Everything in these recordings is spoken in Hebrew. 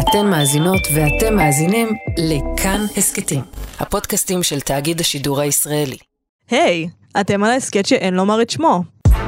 אתן מאזינות ואתם מאזינים לכאן הסקטים, הפודקאסטים של תאגיד השידור הישראלי. היי, אתם על ההסקט שאין לומר את שמו.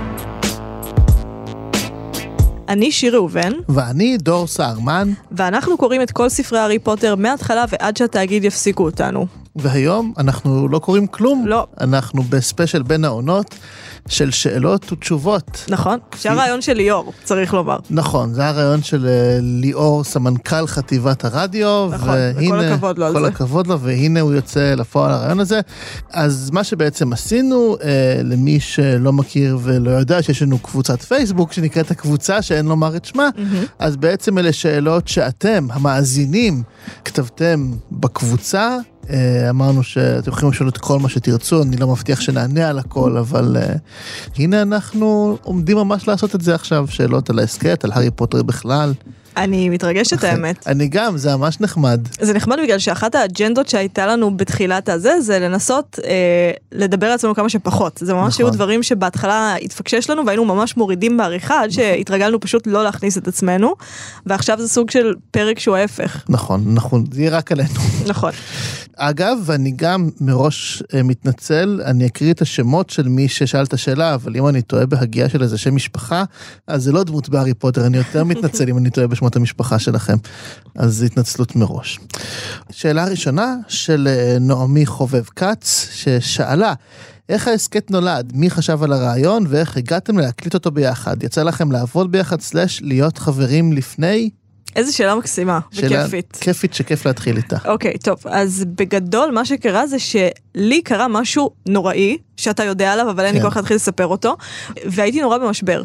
אני שיר ראובן. ואני דור סערמן. ואנחנו קוראים את כל ספרי הארי פוטר מההתחלה ועד שהתאגיד יפסיקו אותנו. והיום אנחנו לא קוראים כלום. לא. אנחנו בספיישל בין העונות של שאלות ותשובות. נכון, זה הרעיון של ליאור, צריך לומר. נכון, זה הרעיון של ליאור, סמנכ"ל חטיבת הרדיו. נכון, וכל הכבוד לו על זה. כל הכבוד לו, והנה הוא יוצא לפועל הרעיון הזה. אז מה שבעצם עשינו, למי שלא מכיר ולא יודע שיש לנו קבוצת פייסבוק, שנקראת הקבוצה שאין לומר את שמה, אז בעצם אלה שאלות שאתם, המאזינים, כתבתם בקבוצה, אמרנו שאתם יכולים לשאול את כל מה שתרצו, אני לא מבטיח שנענה על הכל, אבל הנה אנחנו עומדים ממש לעשות את זה עכשיו, שאלות על ההסקט, על הארי פוטר בכלל. אני מתרגשת האמת. אני גם, זה ממש נחמד. זה נחמד בגלל שאחת האג'נדות שהייתה לנו בתחילת הזה, זה לנסות לדבר על עצמנו כמה שפחות. זה ממש היו דברים שבהתחלה התפקשש לנו, והיינו ממש מורידים בעריכה, עד שהתרגלנו פשוט לא להכניס את עצמנו, ועכשיו זה סוג של פרק שהוא ההפך. נכון, זה יהיה רק עלינו. נכון. אגב, ואני גם מראש מתנצל, אני אקריא את השמות של מי ששאל את השאלה, אבל אם אני טועה בהגיעה של איזה שם משפחה, אז זה לא דמות בהארי פוטר, אני יותר מתנצל אם אני טועה בשמות המשפחה שלכם. אז התנצלות מראש. שאלה ראשונה של נעמי חובב קץ, ששאלה, איך ההסקט נולד? מי חשב על הרעיון ואיך הגעתם להקליט אותו ביחד? יצא לכם לעבוד ביחד / להיות חברים לפני? איזה שאלה מקסימה וכיפית. כיפית שכיף להתחיל איתה. אוקיי, טוב, אז בגדול מה שקרה זה שלי קרה משהו נוראי, שאתה יודע עליו, אבל אין לי כל כך להתחיל לספר אותו, והייתי נורא במשבר.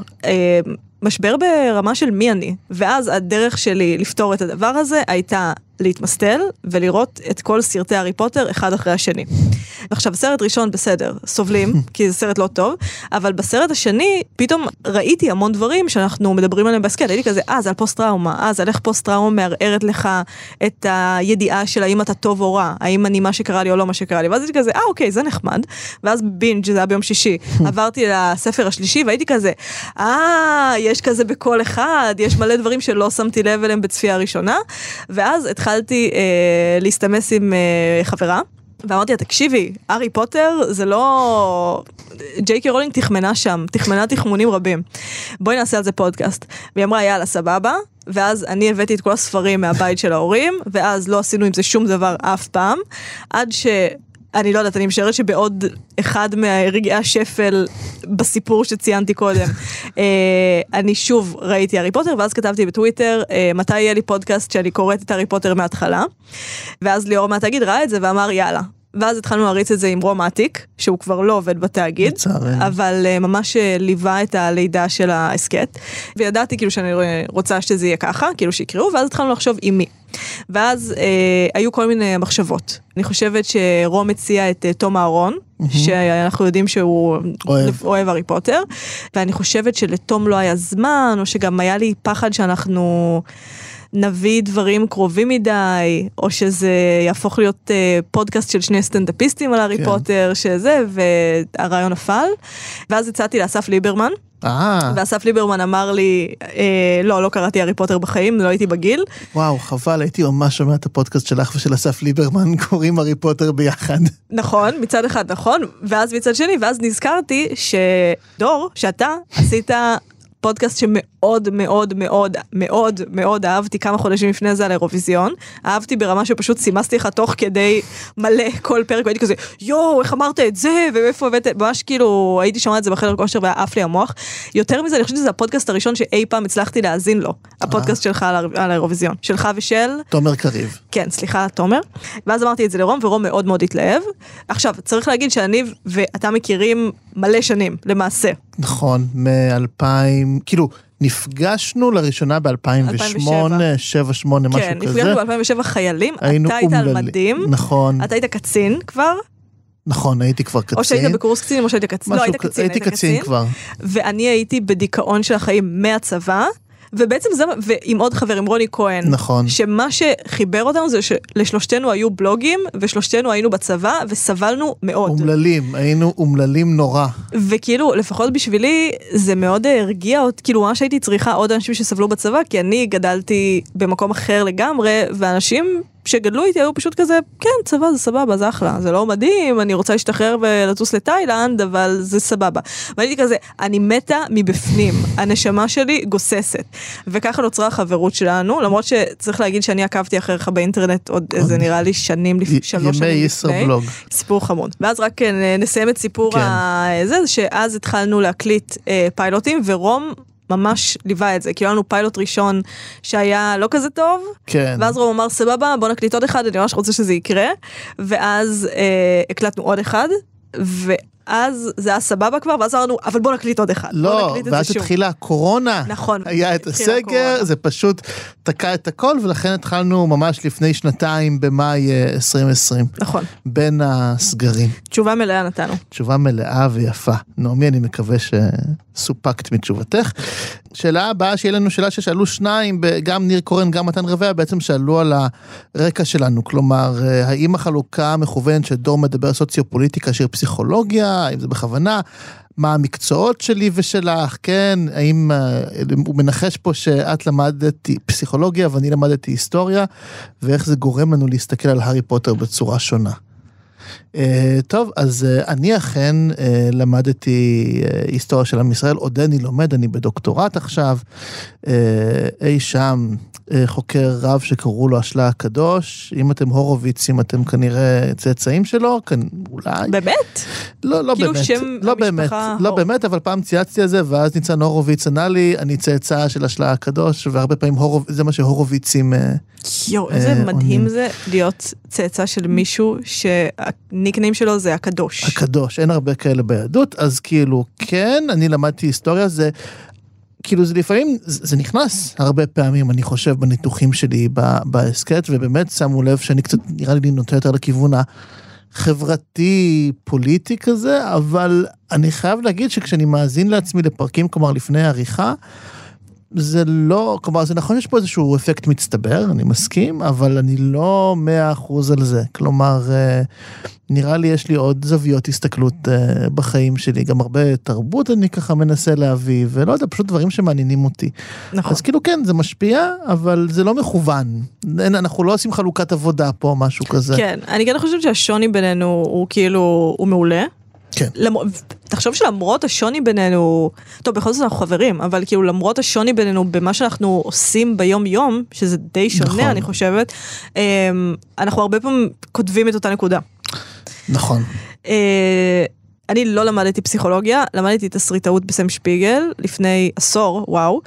משבר ברמה של מי אני, ואז הדרך שלי לפתור את הדבר הזה הייתה להתמסטל ולראות את כל סרטי הארי פוטר אחד אחרי השני. עכשיו, סרט ראשון בסדר, סובלים, כי זה סרט לא טוב, אבל בסרט השני פתאום ראיתי המון דברים שאנחנו מדברים עליהם בהסקט, הייתי כזה, זה על פוסט-טראומה, זה על איך פוסט-טראומה מערערת לך את הידיעה של האם אתה טוב או רע, האם אני מה שקרה לי או לא מה שקרה לי, ואז הייתי כזה, אוקיי, זה נחמד, ואז בינג' זה היה ביום שישי, עברתי לספר השלישי והייתי כזה, יש כזה בכל אחד, יש מלא דברים שלא שמתי לב אליהם בצפייה הראשונה, ואז התחלתי להסתמס עם חברה, ואמרתי לה, תקשיבי, הארי פוטר זה לא... ג'יי.קיי רולינג תכמנה שם, תכמנה תכמונים רבים. בואי נעשה על זה פודקאסט. והיא אמרה, יאללה, סבבה, ואז אני הבאתי את כל הספרים מהבית של ההורים, ואז לא עשינו עם זה שום דבר אף פעם, עד אני לא יודעת, אני משערת שבעוד אחד מהרגעי השפל בסיפור שציינתי קודם, אני שוב ראיתי הארי פוטר, ואז כתבתי בטוויטר, מתי יהיה לי פודקאסט שאני קוראת את הארי פוטר מההתחלה, ואז ליאור מהתאגיד ראה את זה ואמר יאללה, ואז התחלנו להריץ את זה עם רום עתיק, שהוא כבר לא עובד בתאגיד, אבל ממש ליווה את הלידה של ההסקט, וידעתי כאילו שאני רוצה שזה יהיה ככה, כאילו שיקראו, ואז התחלנו לחשוב עם מי. ואז היו כל מיני מחשבות. אני חושבת שרום הציע את תום אהרון, שאנחנו יודעים שהוא אוהב הארי פוטר, ואני חושבת שלתום לא היה זמן, או שגם היה לי פחד שאנחנו נביא דברים קרובים מדי, או שזה יהפוך להיות פודקאסט של שני סטנדאפיסטים על הארי פוטר, שזה, והרעיון נפל. ואז הצעתי לאסף ליברמן, ואסף ליברמן אמר לי, לא קראתי הארי פוטר בחיים, לא הייתי בגיל. וואו, חבל, הייתי ממש שומע את הפודקאסט שלך ושל אסף ליברמן, קוראים הארי פוטר ביחד. נכון, מצד אחד נכון, ואז מצד שני, ואז נזכרתי שדור, שאתה עשית פודקאסט שמאוד מאוד מאוד מאוד מאוד אהבתי כמה חודשים לפני זה על אירוויזיון, אהבתי ברמה שפשוט סימסתי לך תוך כדי מלא כל פרק, והייתי כזה, איך אמרת את זה, ואיפה הבאת, ממש כאילו הייתי שומעת את זה בחדר כושר והעף לי המוח, יותר מזה אני חושבת שזה הפודקאסט הראשון שאי פעם הצלחתי להאזין לו, הפודקאסט שלך על האירוויזיון, שלך ושל תומר קריב. כן, סליחה, תומר. ואז אמרתי את זה לרום, ורום מאוד מאוד התלהב. עכשיו, צריך להגיד שאני ואתה מכירים מלא שנים, למעשה. נכון, מ-2000, כאילו, נפגשנו לראשונה ב-2008, 7-8, משהו כזה. כן, נפגשנו ב-2007 חיילים, אתה היית על מדים. נכון. אתה היית קצין כבר. נכון, הייתי כבר קצין. או שהיית בקורס קצינים, או שהיית קצין. לא, היית קצין, הייתי קצין כבר. ואני הייתי בדיכאון של החיים מהצבא, ובעצם זה, ועם עוד חבר, עם רוני כהן. נכון. שמה שחיבר אותנו זה שלשלושתנו היו בלוגים, ושלושתנו היינו בצבא, וסבלנו מאוד. אומללים, היינו אומללים נורא. וכאילו, לפחות בשבילי, זה מאוד הרגיע אותי, כאילו ממש הייתי צריכה עוד אנשים שסבלו בצבא, כי אני גדלתי במקום אחר לגמרי, ואנשים שגדלו איתי היו פשוט כזה, כן, צבא זה סבבה, זה אחלה, זה לא מדהים, אני רוצה להשתחרר ולטוס לתאילנד, אבל זה סבבה. והייתי כזה, אני מתה מבפנים, הנשמה שלי גוססת. וככה נוצרה החברות שלנו, למרות שצריך להגיד שאני עקבתי אחריך באינטרנט עוד איזה נראה לי שנים, 3 שנים לפני. סיפור חמוד. ואז רק נסיים את סיפור הזה, שאז התחלנו להקליט פיילוטים, ורום ממש ליווה את זה, כאילו לנו פיילוט ראשון שהיה לא כזה טוב, כן. ואז רום אמר סבבה, בוא נקליט עוד אחד, אני ממש רוצה שזה יקרה, ואז הקלטנו עוד אחד, ואז זה היה סבבה כבר, ואז אמרנו, אבל בוא נקליט עוד אחד. לא, ואז התחילה הקורונה, נכון, היה את הסגר, זה פשוט תקע את הכל, ולכן התחלנו ממש לפני 2 במאי 2020. נכון. בין הסגרים. תשובה מלאה נתנו. תשובה מלאה ויפה. נעמי, אני מקווה שסופקת מתשובתך. שאלה הבאה, שיהיה לנו שאלה ששאלו 2, גם ניר קורן, גם מתן רבע, בעצם שאלו על הרקע שלנו, כלומר, האם החלוקה מכוונת שדור מדבר סוציופוליטיקה, שיר פסיכולוגיה, האם זה בכוונה, מה המקצועות שלי ושלך, כן, האם הוא מנחש פה שאת למדתי פסיכולוגיה ואני למדתי היסטוריה, ואיך זה גורם לנו להסתכל על הארי פוטר בצורה שונה. טוב, אז אני אכן למדתי היסטוריה של עם ישראל, עודני לומד, אני בדוקטורט עכשיו, אי שם חוקר רב שקראו לו השלה הקדוש, אם אתם הורוביץ, אם אתם כנראה צאצאים שלו, אולי. באמת? לא כאילו באמת, שם לא באמת, אבל פעם צייצתי על זה, ואז ניצן הורוביץ ענה לי, אני צאצא של השלה הקדוש, והרבה פעמים זה מה שהורוביצים יו, איזה מדהים זה להיות צאצא של מישהו שהניקניים שלו זה הקדוש. הקדוש, אין הרבה כאלה ביהדות, אז כאילו, כן, אני למדתי היסטוריה, זה כאילו זה לפעמים, זה נכנס הרבה פעמים, אני חושב, בניתוחים שלי בעסקת, ובאמת שמו לב שאני קצת, נראה לי נוטה יותר לכיוון החברתי, פוליטי כזה, אבל אני חייב להגיד שכשאני מאזין לעצמי לפרקים, כלומר לפני העריכה, זה לא, כלומר, זה נכון, יש פה איזשהו אפקט מצטבר, אני מסכים, אבל אני לא 100% על זה. כלומר, נראה לי יש לי עוד זוויות הסתכלות בחיים שלי, גם הרבה תרבות אני ככה מנסה להביא, ולא יודע, פשוט דברים שמעניינים אותי. נכון. אז כאילו כן, זה משפיע, אבל זה לא מכוון. אנחנו לא עושים חלוקת עבודה פה, משהו כזה. כן, אני כן חושבת שהשוני בינינו הוא כאילו, הוא מעולה. כן. תחשוב שלמרות השוני בינינו, טוב, בכל זאת אנחנו חברים, אבל כאילו למרות השוני בינינו במה שאנחנו עושים ביום יום, שזה די שונה, נכון. אני חושבת, אנחנו הרבה פעמים כותבים את אותה נקודה. נכון. אני לא למדתי פסיכולוגיה, למדתי תסריטאות בסם שפיגל, לפני עשור, וואו,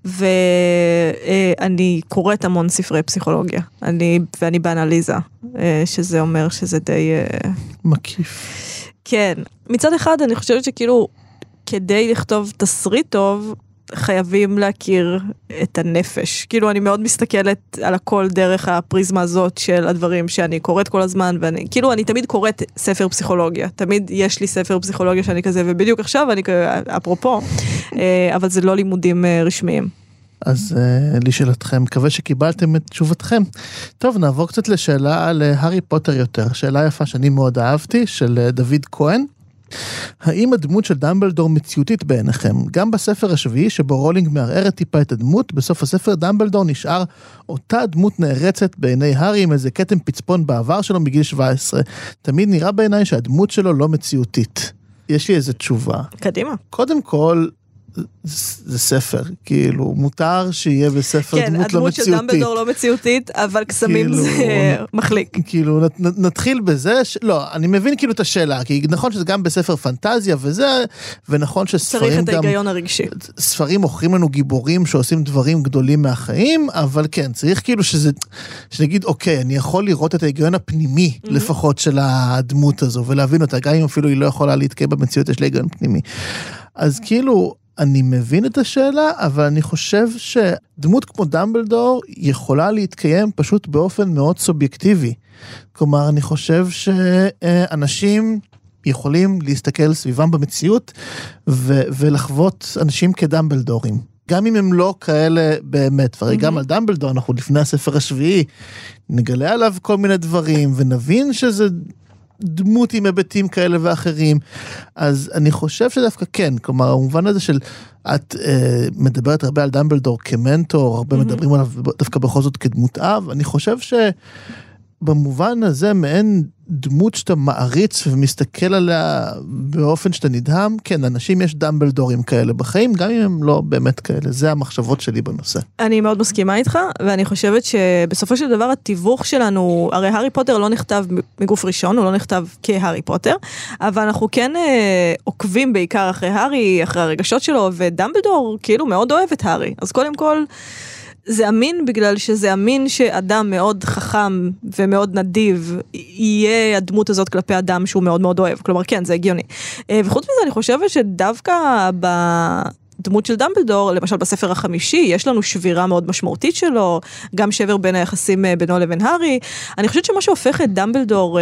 ואני קוראת המון ספרי פסיכולוגיה, ואני באנליזה, שזה אומר שזה די מקיף. כן, מצד אחד אני חושבת שכאילו, כדי לכתוב תסריט טוב, חייבים להכיר את הנפש. כאילו אני מאוד מסתכלת על הכל דרך הפריזמה הזאת של הדברים שאני קוראת כל הזמן, כאילו אני תמיד קוראת ספר פסיכולוגיה, תמיד יש לי ספר פסיכולוגיה שאני כזה, ובדיוק עכשיו אני אפרופו, אבל זה לא לימודים רשמיים. אז לשאלתכם, מקווה שקיבלתם את תשובתכם. טוב, נעבור קצת לשאלה על הארי פוטר יותר. שאלה יפה שאני מאוד אהבתי, של דוד כהן. האם הדמות של דמבלדור מציאותית בעיניכם? גם בספר השביעי, שבו רולינג מערערת טיפה את הדמות, בסוף הספר דמבלדור נשאר אותה דמות נערצת בעיני הארי, עם איזה כתם פצפון בעבר שלו מגיל 17. תמיד נראה בעיניי שהדמות שלו לא מציאותית. יש לי איזו תשובה. קדימה. קודם כל, זה ספר, כאילו, מותר שיהיה בספר דמות לא מציאותית. כן, הדמות של דמבלדור לא מציאותית, אבל קסמים זה מחליק. כאילו, נתחיל בזה, לא, אני מבין כאילו את השאלה, כי נכון שזה גם בספר פנטזיה וזה, ונכון שספרים גם... צריך את ההיגיון הרגשי. ספרים מוכרים לנו גיבורים שעושים דברים גדולים מהחיים, אבל כן, צריך כאילו שנגיד, אוקיי, אני יכול לראות את ההיגיון הפנימי, לפחות של הדמות הזו, ולהבין אותה, גם אם אפילו היא לא יכולה להתקיים במציאות, יש לה היגיון פנימי. אז כאילו, אני מבין את השאלה, אבל אני חושב שדמות כמו דמבלדור יכולה להתקיים פשוט באופן מאוד סובייקטיבי. כלומר, אני חושב שאנשים יכולים להסתכל סביבם במציאות, ולחוות אנשים כדמבלדורים. גם אם הם לא כאלה באמת, והרי גם על דמבלדור, אנחנו לפני הספר השביעי, נגלה עליו כל מיני דברים, ונבין שזה דמות עם היבטים כאלה ואחרים, אז אני חושב שדווקא כן, כלומר, המובן הזה של, את מדברת הרבה על דמבלדור כמנטור, הרבה מדברים עליו דווקא בכל זאת כדמות אב, אני חושב שבמובן הזה מעין דמות שאתה מעריץ ומסתכל עליה באופן שאתה נדהם, כן, אנשים יש דמבלדורים כאלה בחיים, גם אם הם לא באמת כאלה, זה המחשבות שלי בנושא. אני מאוד מסכימה איתך, ואני חושבת שבסופו של דבר התיווך שלנו, הרי הארי פוטר לא נכתב מגוף ראשון, הוא לא נכתב כהארי פוטר, אבל אנחנו כן עוקבים בעיקר אחרי הארי, אחרי הרגשות שלו, ודמבלדור כאילו מאוד אוהב את הארי, אז קודם כל, זה אמין בגלל שזה אמין שאדם מאוד חכם ומאוד נדיב יהיה הדמות הזאת כלפי אדם שהוא מאוד מאוד אוהב. כלומר, כן, זה הגיוני. וחוץ מזה, אני חושבת שדווקא בדמות של דמבלדור, למשל בספר החמישי, יש לנו שבירה מאוד משמעותית שלו, גם שבר בין היחסים בינו לבין הארי. אני חושבת שמה שהופך את דמבלדור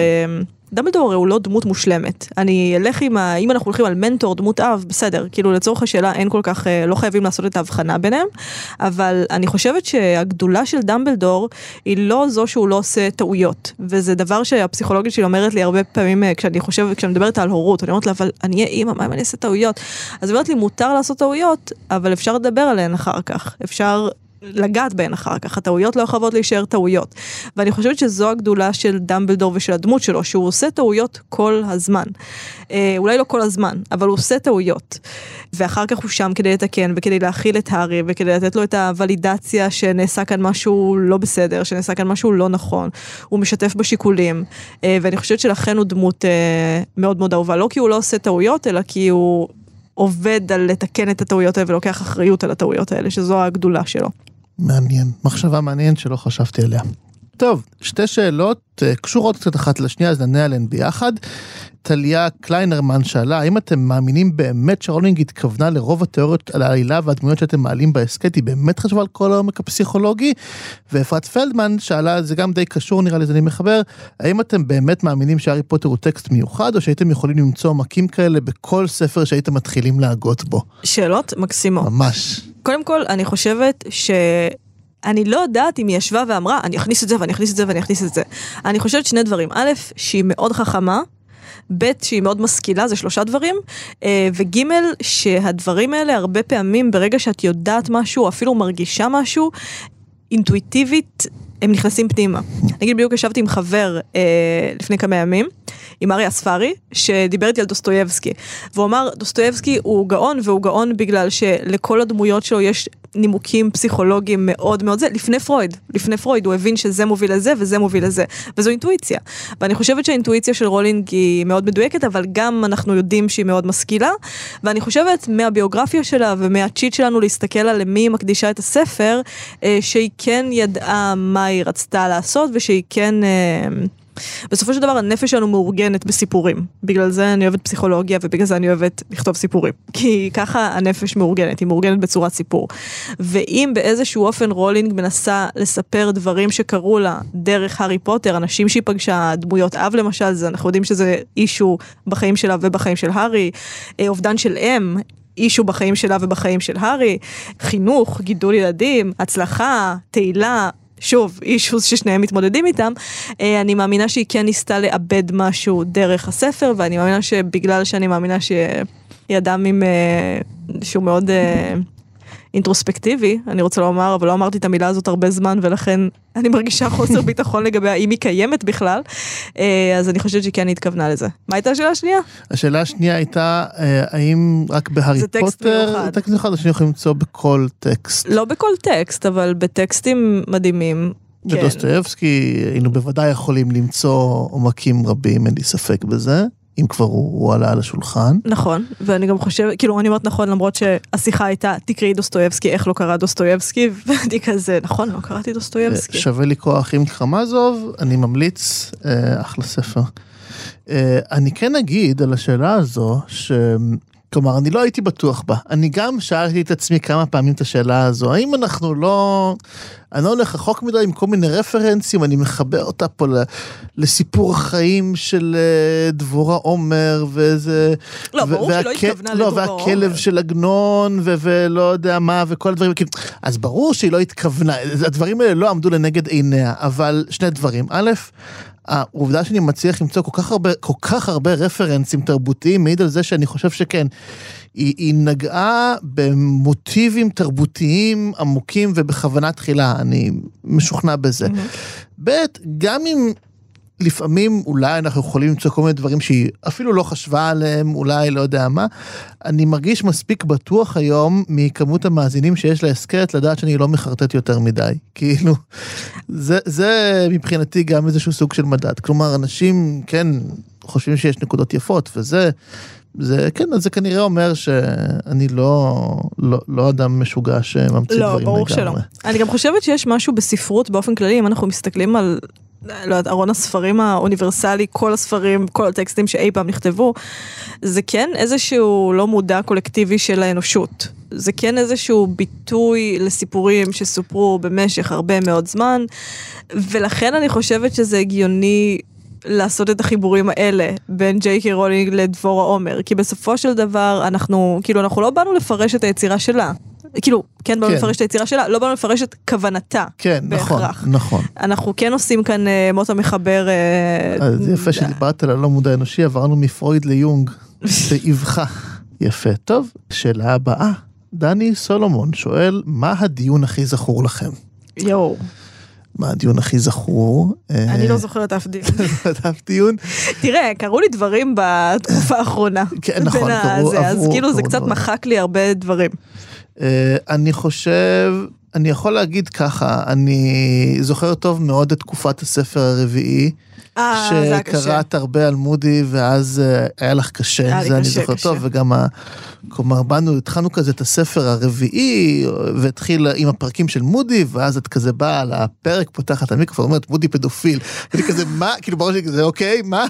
הוא לא דמות מושלמת. אני אלך אם אנחנו הולכים על מנטור, דמות אב, בסדר, כאילו לצורך השאלה אין כל כך, לא חייבים לעשות את ההבחנה ביניהם, אבל אני חושבת שהגדולה של דמבלדור היא לא זו שהוא לא עושה טעויות, וזה דבר שהפסיכולוגית שלי אומרת לי הרבה פעמים, כשאני מדברת על הורות, אני אומרת לה, אבל אני אהיה אימא, מה אם אני אעשה טעויות? אז היא אומרת לי, מותר לעשות טעויות, אבל אפשר לדבר עליהן אחר כך, אפשר לגעת בהן אחר כך, הטעויות לא יכולות להישאר טעויות. ואני חושבת שזו הגדולה של דמבלדור ושל הדמות שלו, שהוא עושה טעויות כל הזמן. אולי לא כל הזמן, אבל הוא עושה טעויות. ואחר כך הוא שם כדי לתקן, וכדי להכיל את הארי, וכדי לתת לו את הוולידציה שנעשה כאן משהו לא בסדר, שנעשה כאן משהו לא נכון. הוא משתף בשיקולים, ואני חושבת שלכן הוא דמות מאוד מאוד אהובה. לא כי הוא לא עושה טעויות, אלא כי הוא עובד על לתקן את הטעויות האלה, ולוקח אחריות על הטעויות האלה, שזו הגדולה שלו. מעניין, מחשבה מעניינת שלא חשבתי עליה. טוב, שתי שאלות קשורות קצת אחת לשנייה, אז נענה עליהן ביחד. טליה קליינרמן שאלה, האם אתם מאמינים באמת שרולינג התכוונה לרוב התיאוריות על העלילה והדמויות שאתם מעלים בהסקט, היא באמת חשבה על כל העומק הפסיכולוגי? ואפרת פלדמן שאלה, זה גם די קשור נראה לי, זה אני מחבר, האם אתם באמת מאמינים שהארי פוטר הוא טקסט מיוחד, או שהייתם יכולים למצוא עומקים כאלה בכל ספר שהייתם מתחילים להגות בו? שאלות מקסימות. ממש. קודם כל, אני חושבת אני לא יודעת אם היא ישבה ואמרה, אני אכניס את זה ואני אכניס את זה ואני אכניס את זה. אני חושבת שני דברים. א', שהיא מאוד חכמה, ב', שהיא מאוד משכילה, זה 3 דברים, וג', שהדברים האלה הרבה פעמים, ברגע שאת יודעת משהו, אפילו מרגישה משהו, אינטואיטיבית, הם נכנסים פנימה. נגיד, בדיוק ישבתי עם חבר לפני כמה ימים, עם אריה אספרי, שדיבר איתי על דוסטויבסקי, והוא אמר, דוסטויבסקי הוא גאון, והוא גאון בגלל שלכל הדמויות שלו יש נימוקים פסיכולוגיים מאוד מאוד זה, לפני פרויד, הוא הבין שזה מוביל לזה וזה מוביל לזה, וזו אינטואיציה. ואני חושבת שהאינטואיציה של רולינג היא מאוד מדויקת, אבל גם אנחנו יודעים שהיא מאוד משכילה, ואני חושבת מהביוגרפיה שלה ומהצ'יט שלנו להסתכל על למי היא מקדישה את הספר, שהיא כן ידעה מה היא רצתה לעשות, ושהיא כן בסופו של דבר הנפש שלנו מאורגנת בסיפורים. בגלל זה אני אוהבת פסיכולוגיה, ובגלל זה אני אוהבת לכתוב סיפורים. כי ככה הנפש מאורגנת, היא מאורגנת בצורת סיפור. ואם באיזשהו אופן רולינג מנסה לספר דברים שקרו לה דרך הארי פוטר, אנשים שהיא פגשה, דמויות אב למשל, זה, אנחנו יודעים שזה אישו בחיים שלה ובחיים של הארי, אובדן של אם, אישו בחיים שלה ובחיים של הארי, חינוך, גידול ילדים, הצלחה, תהילה, שוב, אישוס ששניהם מתמודדים איתם, אני מאמינה שהיא כן ניסתה לאבד משהו דרך הספר, ואני מאמינה שבגלל שאני מאמינה שהיא אדם שהוא מאוד אינטרוספקטיבי, אני רוצה לומר, אבל לא אמרתי את המילה הזאת הרבה זמן, ולכן אני מרגישה חוסר ביטחון לגבי האם היא קיימת בכלל, אז אני חושבת שכן התכוונה לזה. מה הייתה השאלה השנייה? השאלה השנייה הייתה, האם רק בהארי פוטר, זה טקסט מיוחד, או שאני יכולים למצוא בכל טקסט? לא בכל טקסט, אבל בטקסטים מדהימים. בדוסטויבסקי, היינו בוודאי יכולים למצוא עומקים רבים, אין לי ספק בזה. אם כבר הוא עלה על השולחן. נכון, ואני גם חושבת, כאילו אני אומרת נכון, למרות שהשיחה הייתה, תקראי דוסטויבסקי, איך לא קרא דוסטויבסקי, ואני כזה, נכון, לא קראתי דוסטויבסקי. שווה לקרוא אחים קרמזוב, אני ממליץ, אחלה ספר. אני כן אגיד על השאלה הזו, כלומר, אני לא הייתי בטוח בה. אני גם שאלתי את עצמי כמה פעמים את השאלה הזו, האם אנחנו לא... אני לא הולך רחוק מדי עם כל מיני רפרנסים, אני מחבר אותה פה לסיפור החיים של דבורה עומר, וזה... לא, ברור שלא התכוונה לדבורה עומר. והכלב של עגנון, ולא יודע מה, וכל הדברים. אז ברור שהיא לא התכוונה, הדברים האלה לא עמדו לנגד עיניה, אבל שני דברים. א', העובדה שאני מצליח למצוא כל כך הרבה רפרנסים תרבותיים, מעיד על זה שאני חושב שכן, היא נגעה במוטיבים תרבותיים עמוקים ובכוונה תחילה, אני משוכנע בזה. ב', גם אם לפעמים אולי אנחנו יכולים למצוא כל מיני דברים שהיא אפילו לא חשבה עליהם, אולי לא יודע מה, אני מרגיש מספיק בטוח היום מכמות המאזינים שיש להסכת, לדעת שאני לא מחרטט יותר מדי. כאילו, זה מבחינתי גם איזשהו סוג של מדד. כלומר, אנשים כן חושבים שיש נקודות יפות, וזה, כן, אז זה כנראה אומר שאני לא אדם משוגע שממציא דברים לגמרי. לא, ברור שלא. אני גם חושבת שיש משהו בספרות באופן כללי, אם אנחנו מסתכלים על לא יודעת, ארון הספרים האוניברסלי, כל הספרים, כל הטקסטים שאי פעם נכתבו, זה כן איזשהו לא מודע קולקטיבי של האנושות. זה כן איזשהו ביטוי לסיפורים שסופרו במשך הרבה מאוד זמן, ולכן אני חושבת שזה הגיוני לעשות את החיבורים האלה בין ג'יי.קיי רולינג לדבורה עומר, כי בסופו של דבר אנחנו לא באנו לפרש את היצירה שלה. כאילו, כן באנו לפרש את היצירה שלה, לא באנו לפרש את כוונתה. כן, נכון. אנחנו כן עושים כאן מות המחבר. אז יפה שדיברת על הלא מודע אנושי, עברנו מפרויד ליונג, באבחה. יפה, טוב. שאלה הבאה, דני סולומון שואל, מה הדיון הכי זכור לכם? יואו. מה הדיון הכי זכור? אני לא זוכרת אף דיון. אף דיון? תראה, קראו לי דברים בתקופה האחרונה. כן, נכון. אז כאילו זה קצת מחק לי הרבה דברים. אני חושב, אני יכול להגיד ככה, אני זוכר טוב מאוד את תקופת הספר הרביעי, שקראת הרבה על מודי, ואז היה לך קשה, זה אני זוכר טוב, וגם, כלומר, התחלנו כזה את הספר הרביעי, והתחיל עם הפרקים של מודי, ואז את כזה באה לפרק, פותחת המיקרופון, אומרת, מודי פדופיל, ואני כזה, מה? כאילו ברור שלי כזה, אוקיי, מה?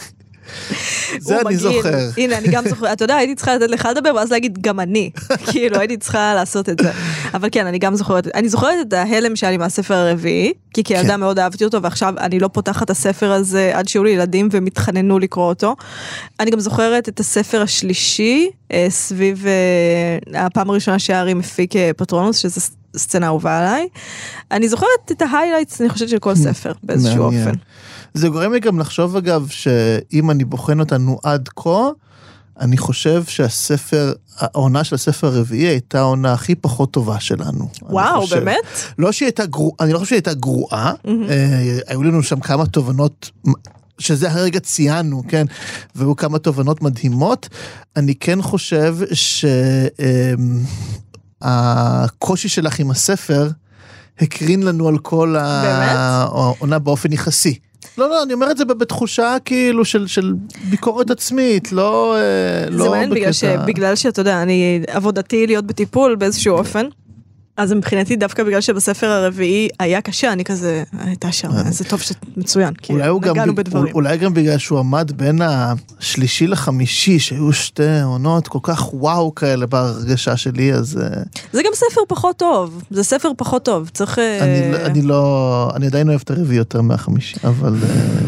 זה אני זוכר. הנה, אני גם זוכר. אתה יודע, הייתי צריכה לתת לך לדבר, ואז להגיד, גם אני. כאילו, הייתי צריכה לעשות את זה. אבל כן, אני גם זוכרת. אני זוכרת את ההלם שהיה לי מהספר הרביעי, כי כילדה מאוד אהבתי אותו, ועכשיו אני לא פותחת את הספר הזה עד שהיו לי ילדים ומתחננו לקרוא אותו. אני גם זוכרת את הספר השלישי, סביב הפעם הראשונה שהארי מפיק פטרונוס, שזו סצנה אהובה עליי. אני זוכרת את ההיילייטס, אני חושבת של כל ספר, באיזשהו אופן. זה גורם לי גם לחשוב אגב, שאם אני בוחן אותנו עד כה, אני חושב העונה של הספר הרביעי הייתה העונה הכי פחות טובה שלנו. וואו, באמת? אני לא חושב שהיא הייתה גרועה, היו לנו שם כמה תובנות, שזה הרגע ציינו, כן, והיו כמה תובנות מדהימות. אני כן חושב שהקושי שלך עם הספר, הקרין לנו על כל העונה באופן יחסי. לא, אני אומר את זה בתחושה כאילו של ביקורת עצמית, לא זה מעניין בגלל שאתה יודע, עבודתי להיות בטיפול באיזשהו אופן, אז מבחינתי דווקא בגלל שבספר הרביעי היה קשה, אני כזה, הייתה שם, זה טוב מצוין, כי נגענו בדברים. אולי גם בגלל שהוא עמד בין השלישי לחמישי, שהיו שתי עונות כל כך וואו כאלה בהרגשה שלי, אז... זה גם ספר פחות טוב, זה ספר פחות טוב, צריך... אני עדיין אוהב את הרביעי יותר מהחמישי, אבל...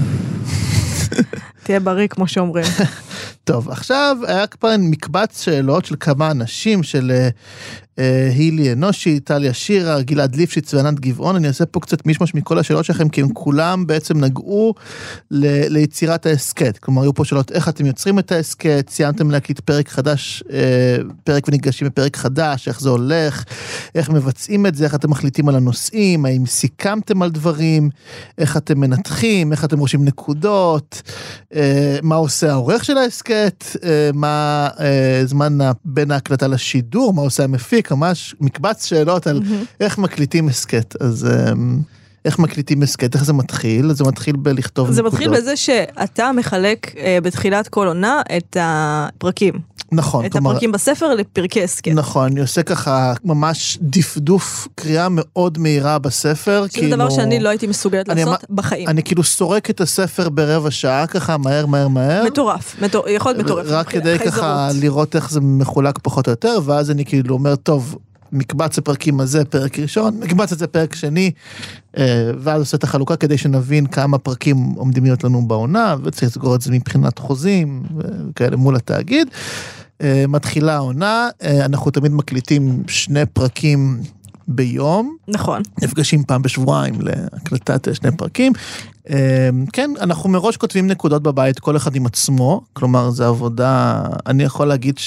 תהיה בריא, כמו שאומרים. טוב, עכשיו היה כבר מקבץ שאלות של כמה אנשים, של הילי אנושי, טליה שירה, גלעד ליפשיץ וענת גבעון. אני אעשה פה קצת משמש מכל השאלות שלכם, כי הם כולם בעצם נגעו ליצירת ההסקט. כלומר, היו פה שאלות איך אתם יוצרים את ההסקט, סיימתם להקליט פרק חדש, פרק וניגשים בפרק חדש, איך זה הולך, איך מבצעים את זה, איך אתם מחליטים על הנושאים, האם סיכמתם על דברים, איך אתם מנתחים, איך אתם רושמים נקודות, מה עושה העורך של ההסקט, מה זמן בין ההקלטה לשידור, מה עושה המפיק, ממש מקבץ שאלות על איך מקליטים הסקט. אז איך מקליטים הסקט, איך זה מתחיל? זה מתחיל בלכתוב זה נקודות. מתחיל בזה שאתה מחלק בתחילת כל עונה את הפרקים. נכון. את הפרקים בספר לפרקי הסקט. נכון, אני עושה ככה ממש דפדוף, קריאה מאוד מהירה בספר. שזה דבר שאני לא הייתי מסוגלת לעשות בחיים. אני כאילו סורק את הספר ברבע שעה, ככה מהר. מטורף, יכול להיות מטורף. רק כדי ככה לראות איך זה מחולק פחות או יותר, ואז אני כאילו אומר, טוב, מקבץ הפרקים הזה פרק ראשון, מקבץ את זה פרק שני, ואז עושה את החלוקה כדי שנבין כמה פרקים עומדים להיות לנו בעונה, וצריך לסגור את זה מבחינת חוזים, וכאלה מול התאגיד. מתחילה העונה, אנחנו תמיד מקליטים 2 פרקים ביום. נכון. נפגשים פעם בשבועיים להקלטת 2 פרקים. כן, אנחנו מראש כותבים נקודות בבית, כל אחד עם עצמו, כלומר, זו עבודה, אני יכול להגיד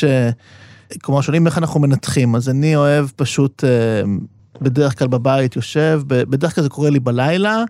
כמו שואלים איך אנחנו מנתחים, אז אני אוהב פשוט בדרך כלל בבית יושב, בדרך כלל זה קורה לי בלילה,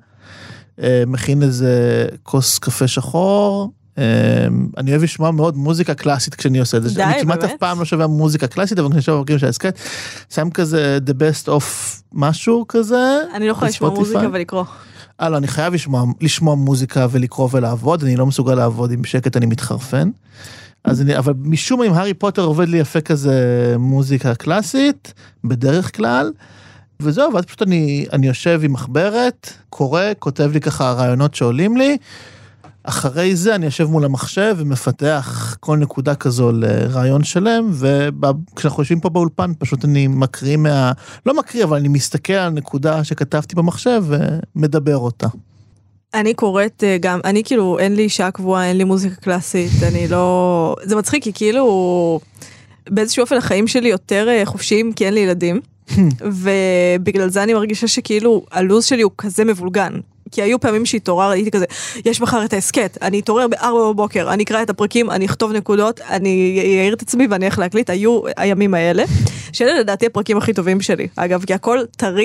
מכין איזה כוס קפה שחור, אני אוהב לשמוע מאוד מוזיקה קלאסית כשאני עושה את זה, אני כמעט אף פעם לא שווה מוזיקה קלאסית, אבל כשאני שווה פרקים של הסקט, שם כזה the best of משהו כזה. אני לא יכולה לשמוע מוזיקה ולקרוא. לא, אני חייב לשמוע מוזיקה ולקרוא ולעבוד, אני לא מסוגל לעבוד עם שקט, אני מתחרפן. אבל משום מה עם הארי פוטר עובד לי יפה כזה מוזיקה קלאסית, בדרך כלל, וזהו, ואז פשוט אני יושב עם מחברת, קורא, כותב לי ככה רעיונות שעולים לי, אחרי זה אני יושב מול המחשב ומפתח כל נקודה כזו לרעיון שלם, וכשאנחנו יושבים פה באולפן, פשוט אני מקריא לא מקריא, אבל אני מסתכל על נקודה שכתבתי במחשב ומדבר אותה. אני קוראת גם, אני כאילו, אין לי שעה קבועה, אין לי מוזיקה קלאסית, אני לא... זה מצחיק, כי כאילו, באיזשהו אופן החיים שלי יותר חופשיים, כי אין לי ילדים, ובגלל זה אני מרגישה שכאילו, הלוז שלי הוא כזה מבולגן. כי היו פעמים שהתעורר, הייתי כזה, יש מחר את ההסקט, אני אתעורר ב-4 בבוקר, אני אקרא את הפרקים, אני אכתוב נקודות, אני אעיר את עצמי ואני איך להקליט, היו הימים האלה, שאלה לדעתי הפרקים הכי טובים שלי, אגב, כי הכל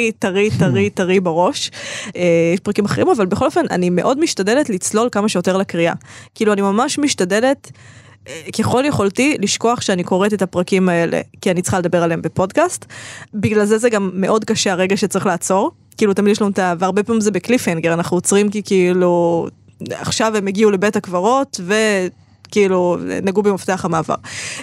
טרי בראש, יש פרקים אחרים, אבל בכל אופן, אני מאוד משתדלת לצלול כמה שיותר לקריאה, כאילו אני ממש משתדלת, ככל יכולתי לשכוח שאני קוראת את הפרקים האלה, כי אני צריכה לדבר עליהם בפודקאסט, בגלל זה גם מאוד קשה הרגע שצריך לעצור, כאילו תמיד יש לנו והרבה פעמים זה בקליפהנגר, אנחנו עוצרים כי כאילו, עכשיו הם הגיעו לבית הקברות, וכאילו נגעו במפתח המעבר.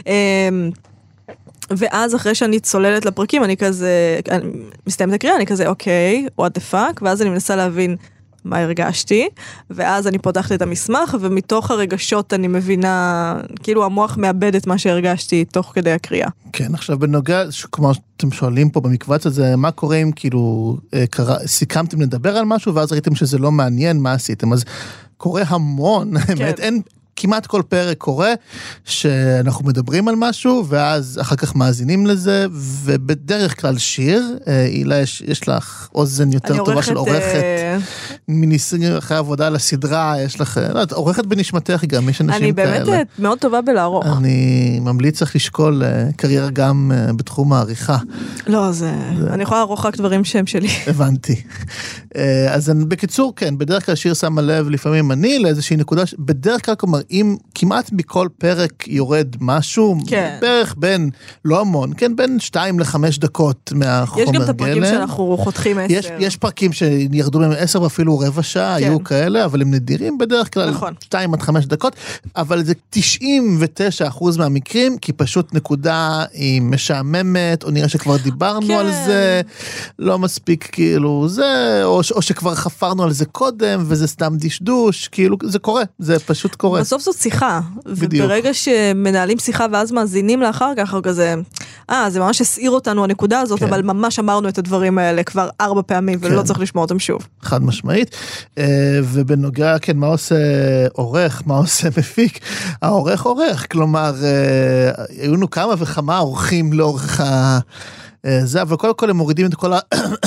ואז אחרי שאני צוללת לפרקים, אני כזה, מסתיימת הקריאה, אני כזה, אוקיי, what the fuck, ואז אני מנסה להבין מה הרגשתי, ואז אני פותחת את המסמך, ומתוך הרגשות אני מבינה, כאילו המוח מאבד את מה שהרגשתי תוך כדי הקריאה. כן, עכשיו בנוגע, כמו שאתם שואלים פה במקבץ הזה, מה קורה אם כאילו סיכמתם לדבר על משהו, ואז ראיתם שזה לא מעניין, מה עשיתם? אז קורה המון, באמת, אין... כמעט כל פרק קורה שאנחנו מדברים על משהו, ואז אחר כך מאזינים לזה, ובדרך כלל שיר, אילה, יש לך אוזן יותר טובה של עורכת, מניסים אחרי עבודה על הסדרה, יש לך, עורכת בנשמתך גם, יש אנשים כאלה. אני באמת מאוד טובה בלערוך. אני ממליץ לך לשקול קריירה גם בתחום העריכה. לא, אני יכולה לערוך רק דברים שהם שלי. הבנתי. אז בקיצור, כן, בדרך כלל שיר שמה לב, לפעמים אני, לאיזושהי נקודה, בדרך כלל כלומר, אם כמעט בכל פרק יורד משהו, כן. בערך בין, לא המון, כן, בין 2 ל-5 דקות מהחומר גלם. יש גם את הפרקים שאנחנו חותכים 10. יש פרקים שירדו מהם 10 ואפילו רבע שעה, כן. היו כאלה, אבל הם נדירים בדרך כלל, נכון. 2 עד 5 דקות, אבל זה 99% מהמקרים, כי פשוט נקודה היא משעממת, או נראה שכבר דיברנו כן. על זה, לא מספיק כאילו זה, או שכבר חפרנו על זה קודם, וזה סתם דשדוש, כאילו זה קורה, זה פשוט קורה. בסוף זאת שיחה, וברגע שמנהלים שיחה ואז מאזינים לאחר כך, כזה, זה ממש הסעיר אותנו הנקודה הזאת, כן. אבל ממש אמרנו את הדברים האלה כבר 4 פעמים, ולא כן. צריך לשמוע אותם שוב. חד משמעית, ובנוגע, כן, מה עושה עורך, מה עושה מפיק? העורך עורך, כלומר, היו לנו כמה וכמה עורכים לאורך זה, אבל קודם כל הם מורידים את כל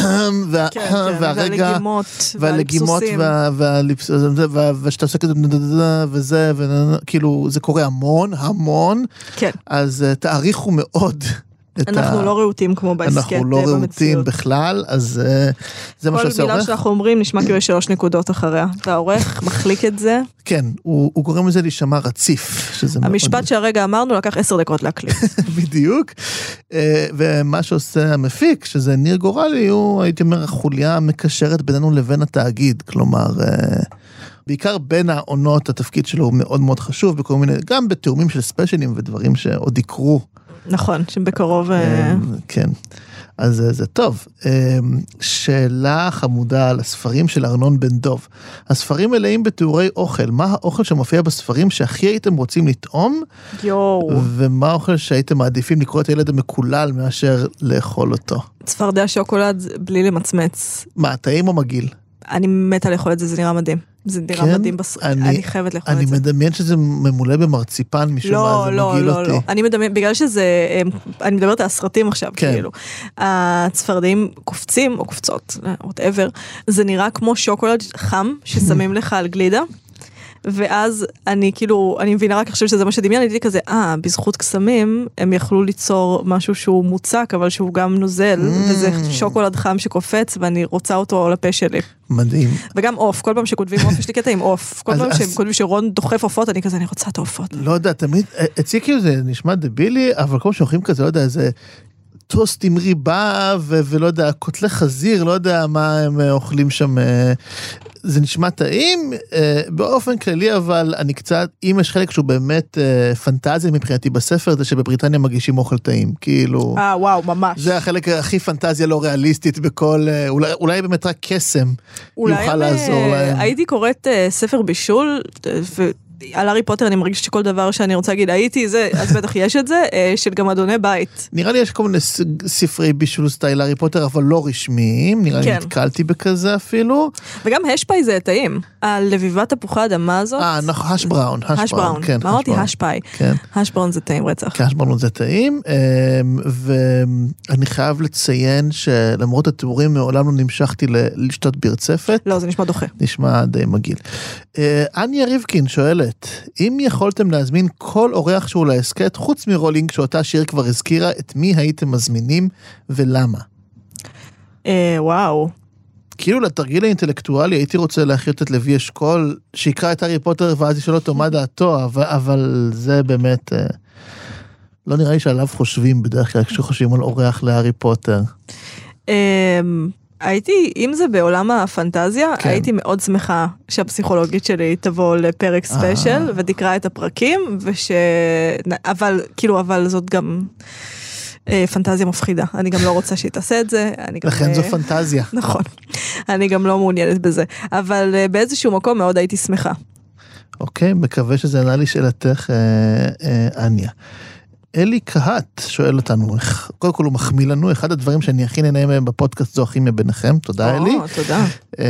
והרגע, והלגימות, ושאתה עושה כזה, וזה, כאילו, זה קורה המון, אז תאריכו מאוד אנחנו לא ראותים כמו בהסקט במציאות. אנחנו לא ראותים בכלל, אז זה מה שעושה כל מילה שאנחנו אומרים נשמע כאילו יש 3 נקודות אחריה. והעורך מחליק את זה. כן, הוא גורם לזה להישמע רציף. המשפט שהרגע אמרנו לקח 10 דקות להקליט. בדיוק. ומה שעושה המפיק, שזה ניר גורלי, הוא, הייתי אומר, החוליה המקשרת בינינו לבין התאגיד. כלומר, בעיקר בין העונות, התפקיד שלו הוא מאוד מאוד חשוב, בכל מיני, גם בתאומים של ספיישלים ודברים שעוד יקרו. נכון, שבקרוב... כן, אז זה טוב. שאלה חמודה על הספרים של ארנון בן דוב. הספרים מלאים בתיאורי אוכל. מה האוכל שמופיע בספרים שהכי הייתם רוצים לטעום? ומה האוכל שהייתם מעדיפים לקרוא את הילד המקולל מאשר לאכול אותו? צפרדע שוקולד בלי למצמץ. מה, טעים או מגעיל? אני מתה לאכול את זה, זה נראה מדהים. זה נראה מדהים, אני חייבת לאכול את זה. אני מדמיין שזה ממולא במרציפן משום מה, זה מגעיל אותי. לא, אני מדמיין, בגלל שזה, אני מדברת על הסרטים עכשיו, כאילו. הצפרדעים קופצים, או קופצות, whatever, זה נראה כמו שוקולד חם, ששמים לך על גלידה, ואז אני כאילו, אני מבינה רק עכשיו שזה מה שדמיין, אני כזה, בזכות קסמים, הם יכלו ליצור משהו שהוא מוצק, אבל שהוא גם נוזל, וזה שוקולד חם שקופץ, ואני רוצה אותו לפה שלי. מדהים. וגם אוף, כל פעם שכותבים אוף, יש לי קטע עם אוף. כל פעם שכותבים שרון דוחף אופות, אני כזה, אני רוצה את האופות. לא יודע, תמיד, אצלי כאילו זה נשמע דבילי, אבל כל שאוכלים כזה, לא יודע, איזה טוסט עם ריבה, ולא יודע, קוטלי חזיר, לא יודע מה הם אוכלים שם, זה נשמע טעים, באופן כללי, אבל אני קצת, אם יש חלק שהוא באמת פנטזיה מבחינתי בספר, זה שבבריטניה מגישים אוכל טעים, כאילו... וואו, ממש. זה החלק הכי פנטזיה לא ריאליסטית בכל, אולי באמת רק קסם יוכל לעזור להם. הייתי קוראת ספר בישול, על הארי פוטר אני מרגיש שכל דבר שאני רוצה להגיד, הייתי זה, אז בטח יש את זה, של גם אדוני בית. נראה לי יש כל מיני ספרי בישול סטייל הארי פוטר, אבל לא רשמיים, נראה לי נתקלתי בכזה אפילו. וגם השפאי זה טעים, על לביבת תפוחי האדמה הזאת. הש בראון. מה אמרתי? השפאי. הש בראון זה טעים רצח. הש בראון זה טעים, ואני חייב לציין שלמרות התיאורים מעולם לא נמשכתי לשתות ברצפת. לא, זה נשמע דוחה. נשמע די מגעיל. אניה ריבקין שואלת, אם יכולתם להזמין כל אורח שהוא להסקט, חוץ מרולינג שאותה שיר כבר הזכירה, את מי הייתם מזמינים ולמה? וואו. כאילו לתרגיל האינטלקטואלי הייתי רוצה להחיות את לוי אשכול, שיקרא את הארי פוטר ואז ישאל אותו מה דעתו, אבל זה באמת, לא נראה לי שעליו חושבים בדרך כלל, כשחושבים על אורח להארי פוטר. הייתי, אם זה בעולם הפנטזיה, הייתי מאוד שמחה שהפסיכולוגית שלי תבוא לפרק ספיישל, ותקרא את הפרקים, אבל זאת גם פנטזיה מפחידה. אני גם לא רוצה שהיא תעשה את זה. לכן זו פנטזיה. נכון. אני גם לא מעוניינת בזה. אבל באיזשהו מקום מאוד הייתי שמחה. אוקיי, מקווה שזה ענה לי שאלתך, אניה. אלי קהת שואל אותנו, קודם כל הוא מחמיא לנו, אחד הדברים שאני הכי נהנה מהם בפודקאסט זו הכי מביניכם, תודה אלי. תודה.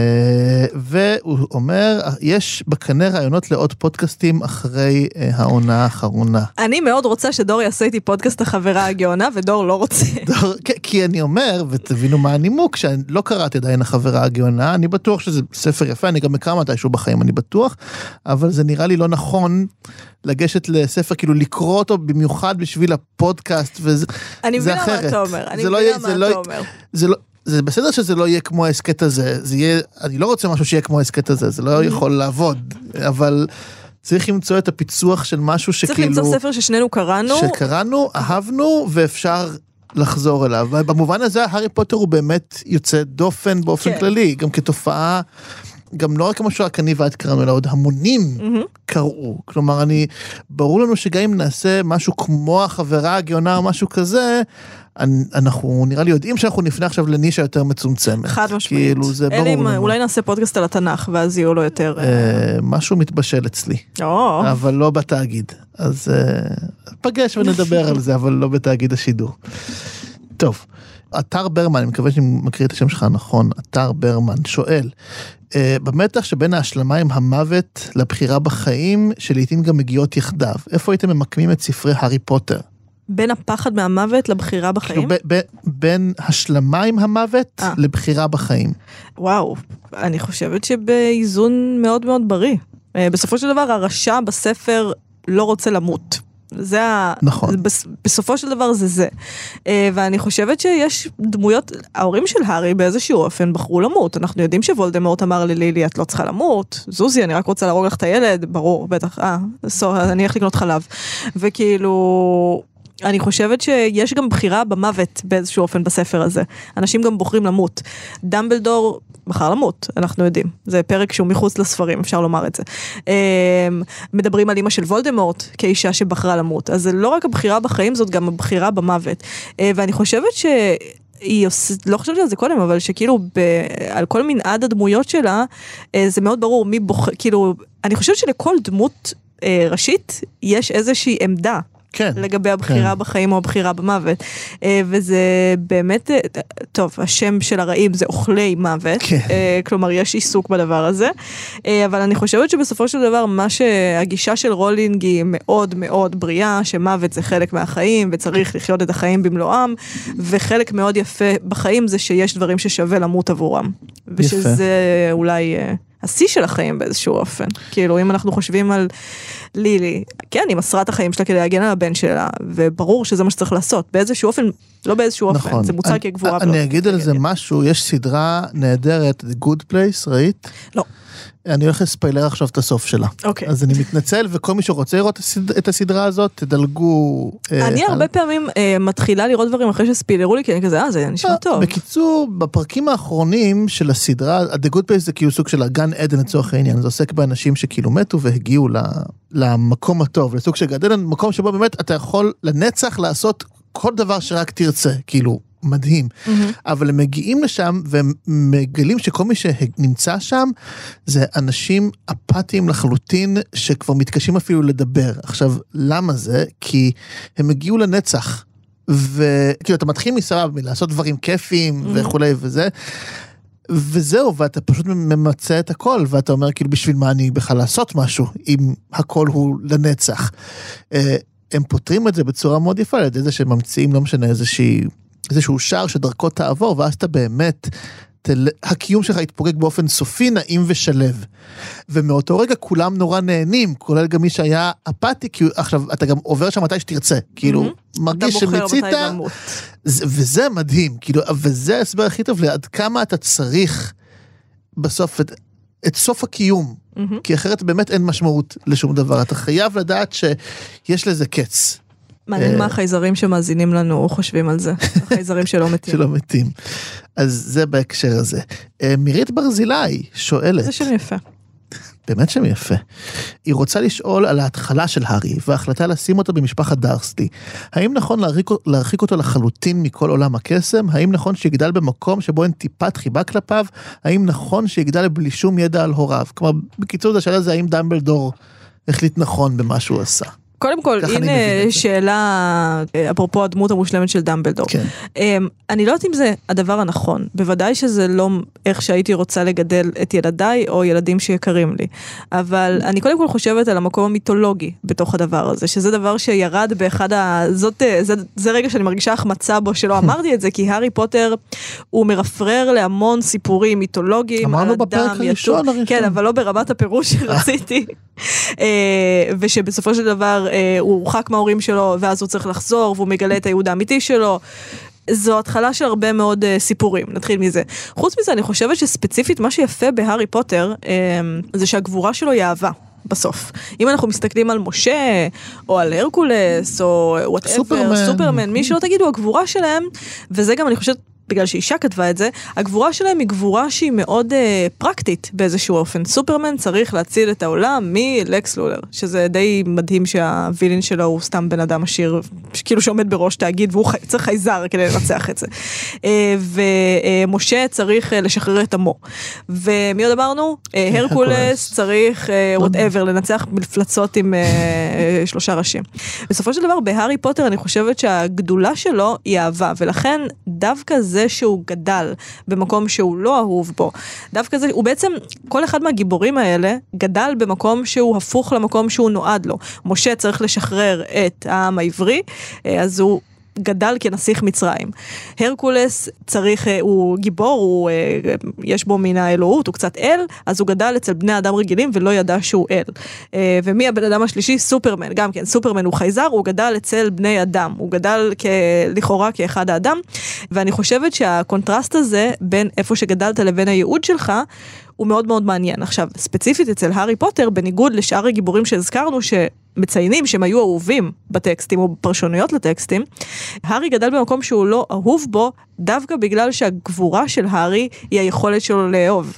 והוא אומר, יש בקנה רעיונות לעוד פודקאסטים אחרי העונה האחרונה. אני מאוד רוצה שדור יעשה איתי פודקאסט החברה הגאונה, ודור לא רוצה. כי אני אומר, ותבינו מה הנימוק, שאני לא קראתי עדיין החברה הגאונה, אני בטוח שזה ספר יפה, אני גם מקרא מתישהו בחיים, אני בטוח, אבל זה נראה לי לא נכון לגשת לספר, כאילו לקרוא אותו במיוחד בשביל הפודקאסט, וזה אחרת. אני מבינה מה אתה אומר, אני מבינה מה אתה אומר. זה בסדר שזה לא יהיה כמו העסקת הזה, אני לא רוצה משהו שיהיה כמו העסקת הזה, זה לא יכול לעבוד, אבל צריך למצוא את הפיצוח של משהו שכאילו... צריך למצוא ספר ששנינו קראנו. שקראנו, אהבנו, ואפשר לחזור אליו. ובמובן הזה, הארי פוטר הוא באמת יוצא דופן באופן כללי, גם כתופעה... גם לא רק כמו שרק אני ואת קראנו, אלא עוד המונים קראו. כלומר, ברור לנו שגם אם נעשה משהו כמו החברה הגאונה או משהו כזה, אנחנו נראה לי יודעים שאנחנו נפנה עכשיו לנישה יותר מצומצמת. חד משמעית. אולי נעשה פודקאסט על התנ"ך, ואז יהיו לו יותר... משהו מתבשל אצלי. אבל לא בתאגיד. אז פגש ונדבר על זה, אבל לא בתאגיד השידור. טוב. אתר ברמן, אני מקווה שאני מקריא את השם שלך נכון, אתר ברמן, שואל, במתח שבין ההשלמה עם המוות לבחירה בחיים, שלעיתים גם מגיעות יחדיו, איפה הייתם ממקמים את ספרי הארי פוטר? בין הפחד מהמוות לבחירה בחיים? בין השלמה עם המוות לבחירה בחיים. וואו, אני חושבת שבאיזון מאוד מאוד בריא. בסופו של דבר, הרשע בספר לא רוצה למות. נכון. בסופו של דבר זה. ואני חושבת שיש דמויות, ההורים של הארי באיזשהו אופן בחרו למות. אנחנו יודעים שוולדמורט אמר ללילי, את לא צריכה למות. זוזי, אני רק רוצה להרוג לך את הילד. ברור, בטח. אני הולך לקנות חלב. וכאילו, אני חושבת שיש גם בחירה במוות באיזשהו אופן בספר הזה. אנשים גם בוחרים למות. דמבלדור בחר למות, אנחנו יודעים. זה פרק שהוא מחוץ לספרים, אפשר לומר את זה. מדברים על אמא של וולדמורט כאישה שבחרה למות. אז זה לא רק הבחירה בחיים, זאת גם הבחירה במוות. ואני חושבת היא לא חושבת על זה קודם, אבל שכאילו על כל מנעד הדמויות שלה, זה מאוד ברור מי בוחר, כאילו, אני חושבת שלכל דמות ראשית יש איזושהי עמדה. כן, לגבי הבחירה כן. בחיים או הבחירה במוות. וזה באמת, טוב, השם של הרעים זה אוכלי מוות, כן. כלומר יש עיסוק בדבר הזה, אבל אני חושבת שבסופו של דבר, מה שהגישה של רולינג היא מאוד מאוד בריאה, שמוות זה חלק מהחיים, וצריך לחיות את החיים במלואם, וחלק מאוד יפה בחיים זה שיש דברים ששווה למות עבורם. ושזה אולי השיא של החיים באיזשהו אופן. כאילו, אם אנחנו חושבים על לילי, כן, היא מסרה את החיים שלה כדי להגן על הבן שלה, וברור שזה מה שצריך לעשות. באיזשהו אופן, לא באיזשהו אופן, זה מוצג כגבורה. אני אגיד על זה משהו, יש סדרה נהדרת, The Good Place, ראית? לא. אני הולך לספיילר עכשיו את הסוף שלה. אוקיי. אז אני מתנצל, וכל מי שרוצה לראות את הסדרה הזאת, תדלגו. אני הרבה פעמים מתחילה לראות דברים אחרי שספיילרו לי, כי אני כזה, זה נשמע טוב. בקיצור, בפרקים האחרונים של הסדרה, The Good Place זה כאילו סוג של הגן עדן לצורך העניין, זה עוסק באנשים שכאילו מתו והגיעו למקום הטוב, לסוג של גדל, מקום שבו באמת אתה יכול לנצח לעשות כל דבר שרק תרצה, כאילו, מדהים. אבל הם מגיעים לשם והם מגלים שכל מי שנמצא שם זה אנשים אפתיים לחלוטין שכבר מתקשים אפילו לדבר. עכשיו, למה זה? כי הם הגיעו לנצח. וכאילו, אתה מתחיל מסבבה מלעשות דברים כיפיים וכולי וזה. וזהו, ואתה פשוט ממצא את הכל, ואתה אומר כאילו בשביל מה אני בכלל לעשות משהו, אם הכל הוא לנצח. הם פותרים את זה בצורה מאוד יפה, על ידי זה שהם ממציאים, לא משנה, איזשהו שער שדרכו תעבור, ואז אתה באמת, הקיום שלך יתפוגג באופן סופי, נעים ושלב. ומאותו רגע כולם נורא נהנים, כולל גם מי שהיה אפתי, כי עכשיו אתה גם עובר שם מתי שתרצה, כאילו, מרגיש שמצית, וזה מדהים, כאילו, וזה הסבר הכי טוב, לעד כמה אתה צריך בסוף את סוף הקיום, כי אחרת באמת אין משמעות לשום דבר, אתה חייב לדעת שיש לזה קץ. מעניין מה החייזרים שמאזינים לנו חושבים על זה, החייזרים שלא מתים. שלא מתים. אז זה בהקשר הזה. מירית ברזילי שואלת. זה שם יפה. באמת שם יפה. היא רוצה לשאול על ההתחלה של הארי, וההחלטה לשים אותו במשפחת דרסלי. האם נכון להרחיק אותו לחלוטין מכל עולם הקסם? האם נכון שיגדל במקום שבו אין טיפת חיבה כלפיו? האם נכון שיגדל בלי שום ידע על הוריו? כלומר, בקיצור, השאלה זה האם דמבלדור החליט נכון במה שהוא עשה. קודם כל, הנה שאלה, אפרופו הדמות המושלמת של דמבלדור. כן. אני לא יודעת אם זה הדבר הנכון. בוודאי שזה לא איך שהייתי רוצה לגדל את ילדיי או ילדים שיקרים לי. אבל אני קודם כל חושבת על המקום המיתולוגי בתוך הדבר הזה, שזה דבר שירד באחד זה רגע שאני מרגישה החמצה בו שלא אמרתי את זה, כי הארי פוטר הוא מרפרר להמון סיפורים מיתולוגיים. אמרנו בפרק הראשון. כן, אבל לא ברמת הפירוש שרציתי. ושבסופו של דבר הוא הורחק מההורים שלו, ואז הוא צריך לחזור, והוא מגלה את הייעוד האמיתי שלו. זו התחלה של הרבה מאוד סיפורים, נתחיל מזה. חוץ מזה, אני חושבת שספציפית מה שיפה בהארי פוטר, זה שהגבורה שלו היא אהבה. בסוף. אם אנחנו מסתכלים על משה, או על הרקולס, או whatever, סופרמן, מי שלא תגידו, הגבורה שלהם, וזה גם אני חושבת, בגלל שאישה כתבה את זה, הגבורה שלהם היא גבורה שהיא מאוד פרקטית באיזשהו אופן. סופרמן צריך להציל את העולם מלקס לולר, שזה די מדהים שהווילין שלו הוא סתם בן אדם עשיר, כאילו שעומד בראש תאגיד, והוא צריך חייזר כדי לנצח את זה. ומשה צריך לשחרר את עמו. ומי עוד אמרנו? הרקולס צריך whatever, לנצח מפלצות עם 3 ראשים. בסופו של דבר, בהארי פוטר אני חושבת שהגדולה שלו היא אהבה, ולכן דווקא זה שהוא גדל במקום שהוא לא אהוב בו, דווקא זה, הוא בעצם, כל אחד מהגיבורים האלה גדל במקום שהוא הפוך למקום שהוא נועד לו. משה צריך לשחרר את העם העברי, אז הוא גדל כנסיך מצרים. הרקולס הוא גיבור, יש בו מן האלוהות, הוא קצת אל, אז הוא גדל אצל בני אדם רגילים ולא ידע שהוא אל. ומי הבן אדם השלישי? סופרמן, גם כן, סופרמן הוא חייזר, הוא גדל אצל בני אדם, הוא גדל לכאורה כאחד האדם, ואני חושבת שהקונטרסט הזה בין איפה שגדלת לבין הייעוד שלך, הוא מאוד מאוד מעניין. עכשיו, ספציפית אצל הארי פוטר, בניגוד לשאר הגיבורים שהזכרנו, שמציינים שהם היו אהובים בטקסטים או בפרשנויות לטקסטים, הארי גדל במקום שהוא לא אהוב בו, דווקא בגלל שהגבורה של הארי היא היכולת שלו לאהוב.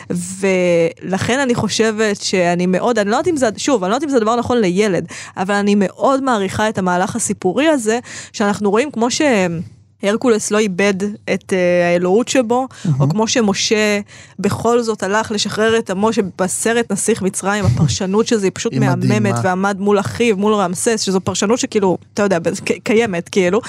ולכן אני חושבת שאני מאוד, אני לא יודעת אם זה דבר נכון לילד, אבל אני מאוד מעריכה את המהלך הסיפורי הזה, שאנחנו רואים כמו הרקולס לא איבד את האלוהות שבו, או כמו שמשה בכל זאת הלך לשחרר את עמו שבסרט נסיך מצרים, הפרשנות שזה היא פשוט מהממת, ועמד מול אחיו, מול רמסס, שזו פרשנות שכאילו, אתה יודע, קיימת כאילו.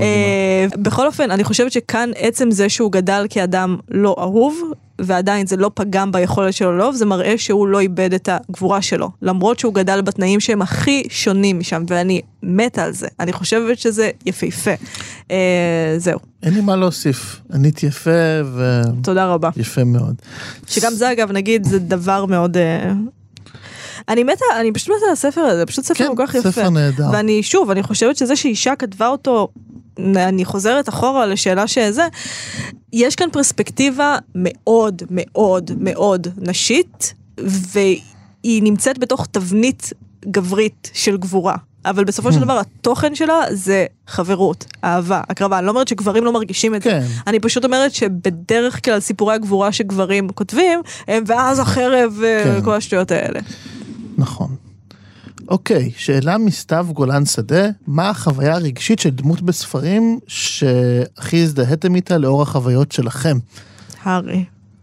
בכל אופן, אני חושבת שכאן עצם זה שהוא גדל כאדם לא אהוב, ועדיין זה לא פגם ביכולת שלו לאהוב, זה מראה שהוא לא איבד את הגבורה שלו, למרות שהוא גדל בתנאים שהם הכי שונים משם, ואני מתה על זה. אני חושבת שזה יפהפה. זהו. אין לי מה להוסיף. ענית יפה תודה רבה. יפה מאוד. שגם זה אגב, נגיד, זה דבר מאוד אני פשוט מתה על הספר הזה, פשוט ספר כל כך יפה. כן, ספר נהדר. ואני חושבת שזה שאישה כתבה אותו, אני חוזרת אחורה לשאלה שזה, יש כאן פרספקטיבה מאוד מאוד מאוד נשית, והיא נמצאת בתוך תבנית גברית של גבורה. אבל בסופו של דבר, התוכן שלה זה חברות, אהבה, הקרבה. אני לא אומרת שגברים לא מרגישים את זה. אני פשוט אומרת שבדרך כלל סיפורי הגבורה שגברים כותבים, הם ואז החרב וכל השטויות האלה. נכון. אוקיי, שאלה מסתיו גולן שדה, מה החוויה הרגשית של דמות בספרים שהכי הזדהיתם איתה לאור החוויות שלכם? הארי.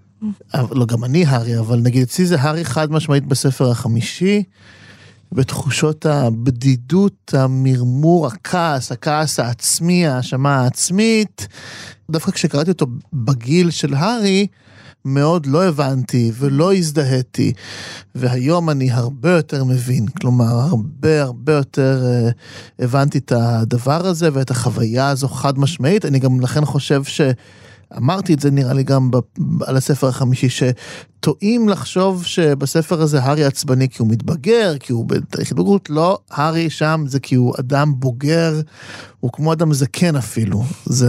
לא, גם אני הארי, אבל נגיד אצלי זה הארי חד משמעית בספר החמישי, בתחושות הבדידות, המרמור, הכעס העצמי, האשמה העצמית. דווקא כשקראתי אותו בגיל של הארי, מאוד לא הבנתי ולא הזדהיתי, והיום אני הרבה יותר מבין, כלומר, הרבה יותר הבנתי את הדבר הזה, ואת החוויה הזו חד משמעית. אני גם לכן חושב אמרתי את זה נראה לי גם על הספר החמישי, שטועים לחשוב שבספר הזה הארי עצבני כי הוא מתבגר, כי הוא בתהליך התבגרות. לא, הארי שם זה כי הוא אדם בוגר, הוא כמו אדם זקן אפילו,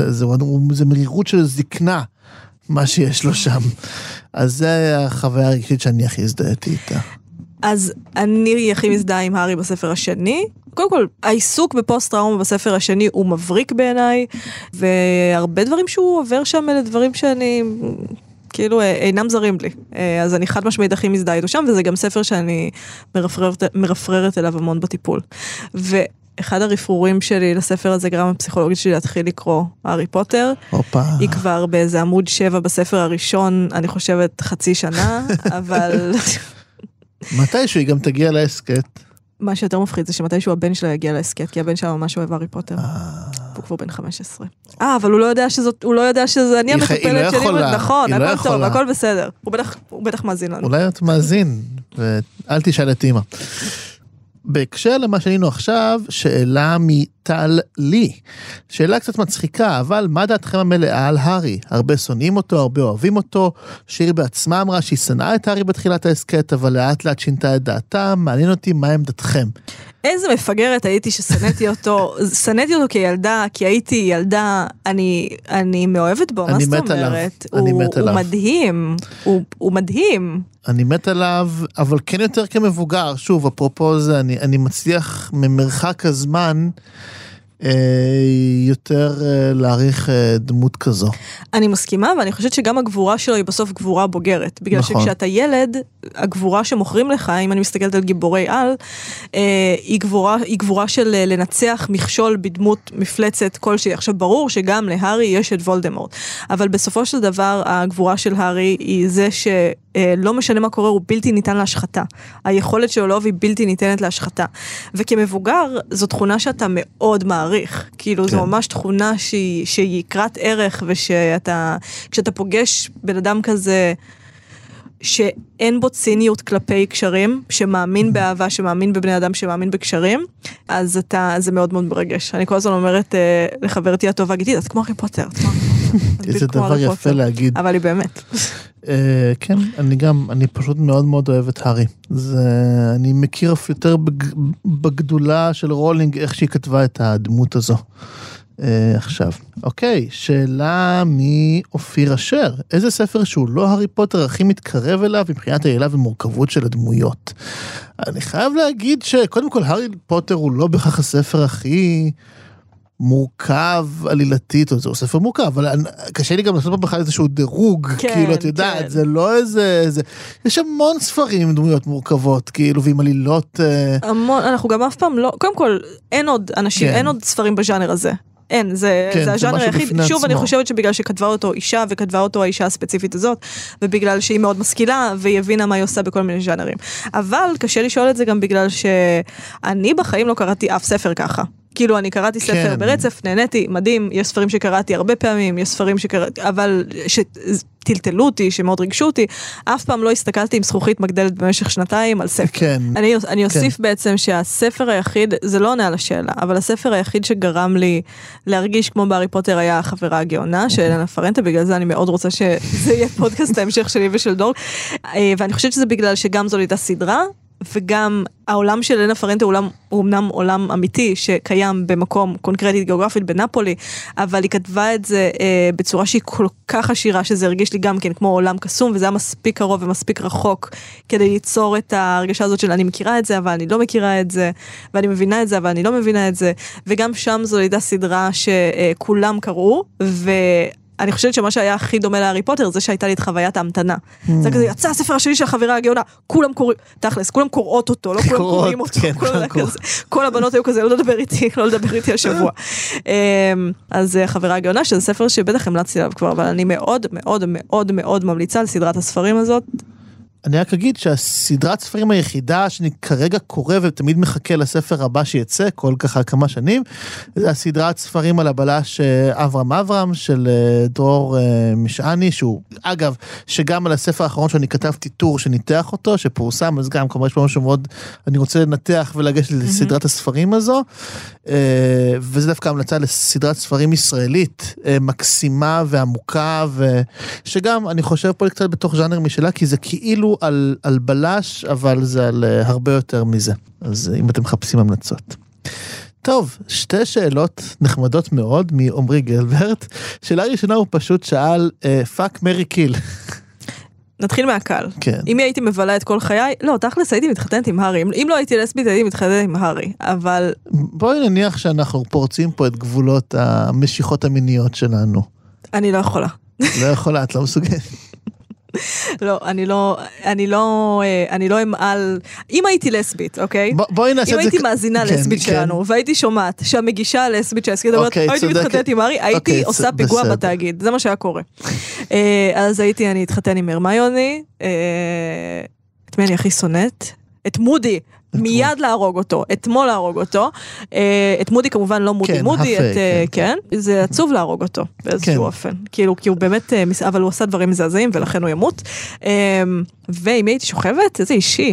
זה מרירות של זקנה, מה שיש לו שם. אז זה החוויה הרגשית שאני הכי הזדהיתי איתה. אז אני הכי מזדהה עם הארי בספר השני. קודם כל, העיסוק בפוסט-טראומה בספר השני הוא מבריק בעיניי, והרבה דברים שהוא עובר שם אלה דברים שאני כאילו אינם זרים לי. אז אני חד משמעית הכי מזדהה איתו שם, וזה גם ספר שאני מרפררת אליו המון בטיפול. אחד הרפרורים שלי לספר הזה גרם הפסיכולוגית שלי להתחיל לקרוא הארי פוטר. היא כבר באיזה עמוד 7 בספר הראשון, אני חושבת חצי שנה, אבל מתישהו היא גם תגיע לעסקת. מה שיותר מפחיד זה שמתישהו הבן שלה יגיע לעסקת, כי הבן שלה ממש אוהב הארי פוטר. הוא כבר בן 15. אבל הוא לא יודע שזה אני המטופלת שלי. נכון, הכל טוב, הכל בסדר. הוא בטח מאזין לנו. אולי את מאזין, ואל תשאל את אמא. בהקשר למה שעלינו עכשיו, שאלה מטל לי. שאלה קצת מצחיקה, אבל מה דעתכם המלאה על הארי? הרבה שונאים אותו, הרבה אוהבים אותו. שיר בעצמה אמרה שהיא שנאה את הארי בתחילת העסקת, אבל לאט לאט שינתה את דעתה. מעניין אותי מה עמדתכם. איזה מפגרת הייתי ששנאתי אותו. שנאתי אותו כילדה, כי הייתי ילדה, אני מאוהבת בו, מה זאת אומרת? הוא מדהים, הוא מדהים. אני מת עליו, אבל כן יותר כמבוגר. שוב, אפרופו זה, אני מצליח ממרחק הזמן יותר להעריך דמות כזו. אני מסכימה, ואני חושבת שגם הגבורה שלו היא בסוף גבורה בוגרת. בגלל שכשאתה ילד, הגבורה שמוכרים לך, אם אני מסתכלת על גיבורי על, היא גבורה של לנצח מכשול בדמות מפלצת כלשהי. עכשיו ברור שגם להארי יש את וולדמורט, אבל בסופו של דבר הגבורה של הארי היא זה לא משנה מה קורה, הוא בלתי ניתן להשחתה. היכולת שלו לאהוב היא בלתי ניתנת להשחתה. וכמבוגר, זו תכונה שאתה מאוד מעריך. כאילו, זו ממש תכונה שהיא יקרת ערך, כשאתה פוגש בן אדם כזה, שאין בו ציניות כלפי קשרים, שמאמין באהבה, שמאמין בבני אדם, שמאמין בקשרים, אז זה מאוד מאוד מרגש. אני כל הזמן אומרת לחברתי הטובה, גידית, את כמו הארי פוטר, איזה דבר יפה להגיד. אבל היא באמת. כן, אני פשוט מאוד מאוד אוהב את הארי. אני מכיר אף יותר בגדולה של רולינג, איך שהיא כתבה את הדמות הזו. עכשיו. אוקיי, שאלה מאופיר אשר. איזה ספר שהוא לא הארי פוטר הכי מתקרב אליו מבחינת העילה ומורכבות של הדמויות? אני חייב להגיד שקודם כל הארי פוטר הוא לא בכך הספר הכי מורכב עלילתית, הוא ספר מורכב, אבל קשה לי גם לעשות פה בכלל איזשהו דירוג, כאילו את יודעת, זה לא איזה, יש המון ספרים עם דמויות מורכבות, כאילו, ועם עלילות. המון, אנחנו גם אף פעם לא, קודם כל, אין עוד אנשים, אין עוד ספרים בז'אנר הזה. אין, זה הז'אנר היחיד. שוב, אני חושבת שבגלל שכתבה אותו אישה, וכתבה אותו האישה הספציפית הזאת, ובגלל שהיא מאוד משכילה, והיא הבינה מה היא עושה בכל מיני ז'אנרים. אבל קשה לשאול את זה גם בגלל שאני בחיים לא קראתי אף ספר ככה. כאילו, אני קראתי ספר ברצף, נהניתי, מדהים, יש ספרים שקראתי הרבה פעמים, יש ספרים שקראתי, אבל שטלטלו אותי, שמאוד ריגשו אותי, אף פעם לא הסתכלתי עם זכוכית מגדלת במשך שנתיים על ספר. כן. אני אוסיף בעצם שהספר היחיד, זה לא עונה על השאלה, אבל הספר היחיד שגרם לי להרגיש כמו בהארי פוטר היה החברה הגאונה, של אלנה פרנטה, בגלל זה אני מאוד רוצה שזה יהיה פודקאסט ההמשך שלי ושל דור, ואני חושבת שזה בגלל שגם זו הייתה סדרה, וגם העולם של אלנה פרנטה הוא אמנם עולם אמיתי שקיים במקום קונקרטית גיאוגרפית בנפולי, אבל היא כתבה את זה בצורה שהיא כל כך עשירה שזה הרגיש לי גם כן כמו עולם קסום, וזה היה מספיק קרוב ומספיק רחוק כדי ליצור את ההרגשה הזאת של אני מכירה את זה אבל אני לא מכירה את זה, ואני מבינה את זה אבל אני לא מבינה את זה, וגם שם זו הייתה סדרה שכולם קראו, אני חושבת שמה שהיה הכי דומה להארי פוטר, זה שהייתה לי את חוויית ההמתנה. זה כזה, יצא הספר השני של החברה הגאונה, כולם קוראים, תכלס, כולם קוראות אותו, לא כולם קוראים אותו, כל הבנות היו כזה, לא לדבר איתי השבוע. אז החברה הגאונה, שזה ספר שבטח המלצתי עליו כבר, אבל אני מאוד מאוד מאוד מאוד ממליצה על סדרת הספרים הזאת. אני רק אגיד שהסדרת ספרים היחידה שאני כרגע קורא ותמיד מחכה לספר הבא שיצא, כל ככה כמה שנים, זה הסדרת ספרים על הבלש אברהם של דרור משעני, שהוא אגב, שגם על הספר האחרון שאני כתבתי טור שניתח אותו, שפורסם, אז גם כמובן יש פה משהו מאוד, אני רוצה לנתח ולגשת לסדרת הספרים הזו, וזה דווקא המלצה לסדרת ספרים ישראלית, מקסימה ועמוקה, שגם אני חושב פה קצת בתוך ז'אנר משלה, כי זה כאילו על בלש, אבל זה על הרבה יותר מזה. אז אם אתם מחפשים המלצות. טוב, שתי שאלות נחמדות מאוד מעומרי גלברט. שאלה ראשונה הוא פשוט שאל, פאק מרי קיל. נתחיל מהקל. כן. אם הייתי מבלה את כל חיי, לא, תכלס הייתי מתחתנת עם הארי. אם לא הייתי לסבית, הייתי מתחתנת עם הארי. אבל בואי נניח שאנחנו פורצים פה את גבולות המשיכות המיניות שלנו. אני לא יכולה. לא יכולה, את לא מסוגלת. לא, אני לא אמעל, אם הייתי לסבית, אוקיי? בואי נעשה את זה. אם הייתי מאזינה לסבית שלנו, והייתי שומעת שהמגישה הלסבית שהסקית אומרת, הייתי מתחתנת עם הארי, הייתי עושה פיגוע בתאגיד, זה מה שהיה קורה. אז אני אתחתן עם הרמיוני, את מי אני הכי שונאת? את מודי. מיד להרוג אותו, אתמול להרוג אותו, את מודי כמובן לא מודי, מודי, כן, זה עצוב להרוג אותו, באיזשהו אופן, כאילו, כי הוא באמת, אבל הוא עשה דברים מזעזעים, ולכן הוא ימות, ואם הייתי שוכבת, איזה אישי,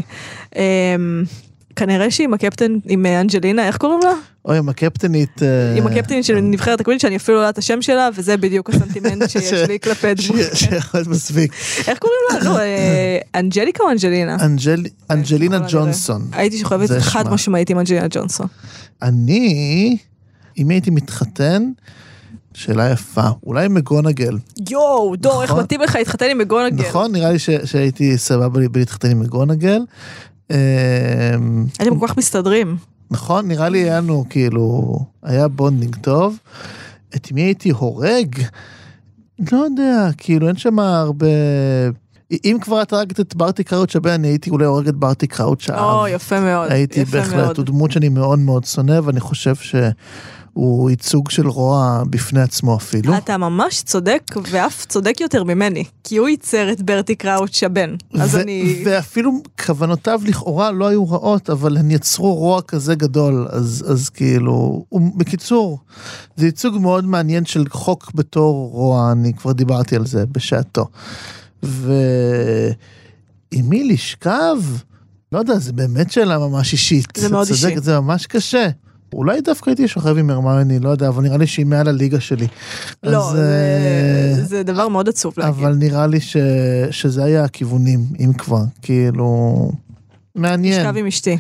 כנראה שהיא עם הקפטן, עם אנג'לינה, איך קוראים לה? או עם הקפטנית... עם הקפטנית של נבחרת הקווינית, שאני אפילו לא יודעת את השם שלה, וזה בדיוק הסנטימנט שיש לי כלפי דמות. שיכול מספיק. איך קוראים לה? לא, אנג'ליקה או אנג'לינה? אנג'לינה ג'ונסון. הייתי שוכבת חד משמעית עם אנג'לינה ג'ונסון. אני, אם הייתי מתחתן, שאלה יפה, אולי מגונגל. יואו, דור, איך מתאים לך להתחתן עם מגונגל? נכון, נראה לי שהייתי סבבה לי להתחתן עם מגונגל. הייתם כל כך מסתדרים. נכון, נראה לי כאילו, היה בונדינג טוב. את מי הייתי הורג? לא יודע, כאילו, אין שם הרבה... אם כבר את הרגת את ברטי קראוט שבה, אני הייתי אולי הורג את ברטי קראוט שאהב. יפה מאוד. הייתי בהחלט, הוא דמות שאני מאוד מאוד שונא, ואני חושב שהוא ייצוג של רוע בפני עצמו אפילו. אתה ממש צודק, ואף צודק יותר ממני, כי הוא ייצר את ברטי קראוט שבן. ואפילו כוונותיו לכאורה לא היו רעות, אבל הם יצרו רוע כזה גדול, אז כאילו, בקיצור, זה ייצוג מאוד מעניין של חוק בתור רוע, אני כבר דיברתי על זה בשעתו. עם מי לשכב? לא יודע, זה באמת שאלה ממש אישית. זה מאוד אישי. זה ממש קשה. אולי דווקא הייתי שוכב עם הרמיוני, לא יודע, אבל נראה לי שהיא מעל הליגה שלי. לא, זה דבר מאוד עצוב להגיד. אבל נראה לי שזה היה הכיוונים, אם כבר, כאילו, מעניין. לשכב עם אשתי.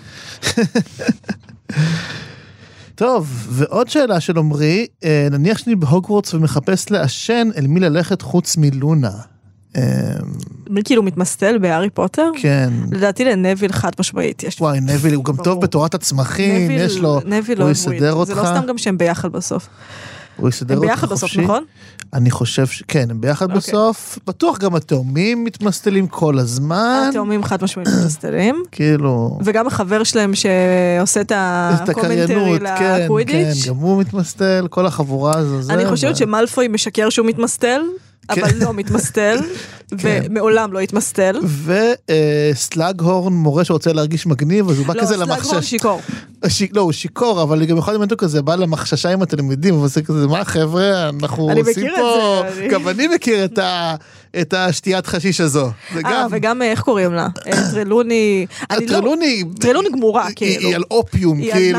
טוב, ועוד שאלה של עומרי, נניח שאני בהוגוורטס ומחפש לעשן, אל מי ללכת חוץ מלונה? מי כאילו מתמסטל בהארי פוטר? כן. לדעתי לנביל חד משמעית. וואי, נביל הוא גם טוב בתורת הצמחים, יש לו, הוא יסדר אותך. זה לא סתם גם שהם ביחד בסוף. הוא יסדר אותך חופשי. הם ביחד בסוף, נכון? אני חושב שכן, הם ביחד בסוף. בטוח גם התאומים מתמסטלים כל הזמן. התאומים חד משמעית מתמסטלים. כאילו... וגם החבר שלהם שעושה את הקומנטרי לקווידיץ'. כן, גם הוא מתמסטל, כל החבורה הזו. אני חושבת שמלפוי משקר שהוא מתמסטל. אבל לא מתמסטל, ומעולם לא התמסטל. וסלאגהורן, מורה שרוצה להרגיש מגניב, אז הוא בא כזה למחשש. לא, סלאגהורן שיקור. לא, הוא שיקור, אבל גם יכול להיות כזה, בא למחששה עם התלמידים, ועושה כזה, מה חבר'ה, אנחנו עושים פה... גם אני מכיר את השתיית חשיש הזו. וגם איך קוראים לה? טרלוני... טרלוני גמורה, כאילו. היא על אופיום, כאילו.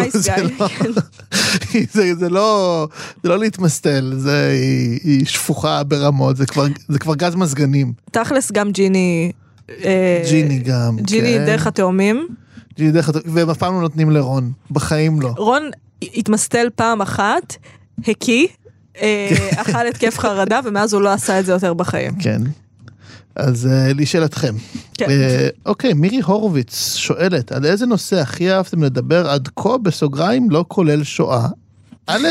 זה לא להתמסטל, היא שפוכה ברמות, זה כבר גז מזגנים. תכלס גם ג'יני... ג'יני גם, כן. ג'יני דרך התאומים. והם אף פעם לא נותנים לרון, בחיים לא. רון התמסטל פעם אחת, הקיא, אכל התקף חרדה, ומאז הוא לא עשה את זה יותר בחיים. כן. אז לשאלתכם. כן. אוקיי, מירי הורוביץ שואלת, על איזה נושא הכי אהבתם לדבר עד כה בסוגריים לא כולל שואה? א',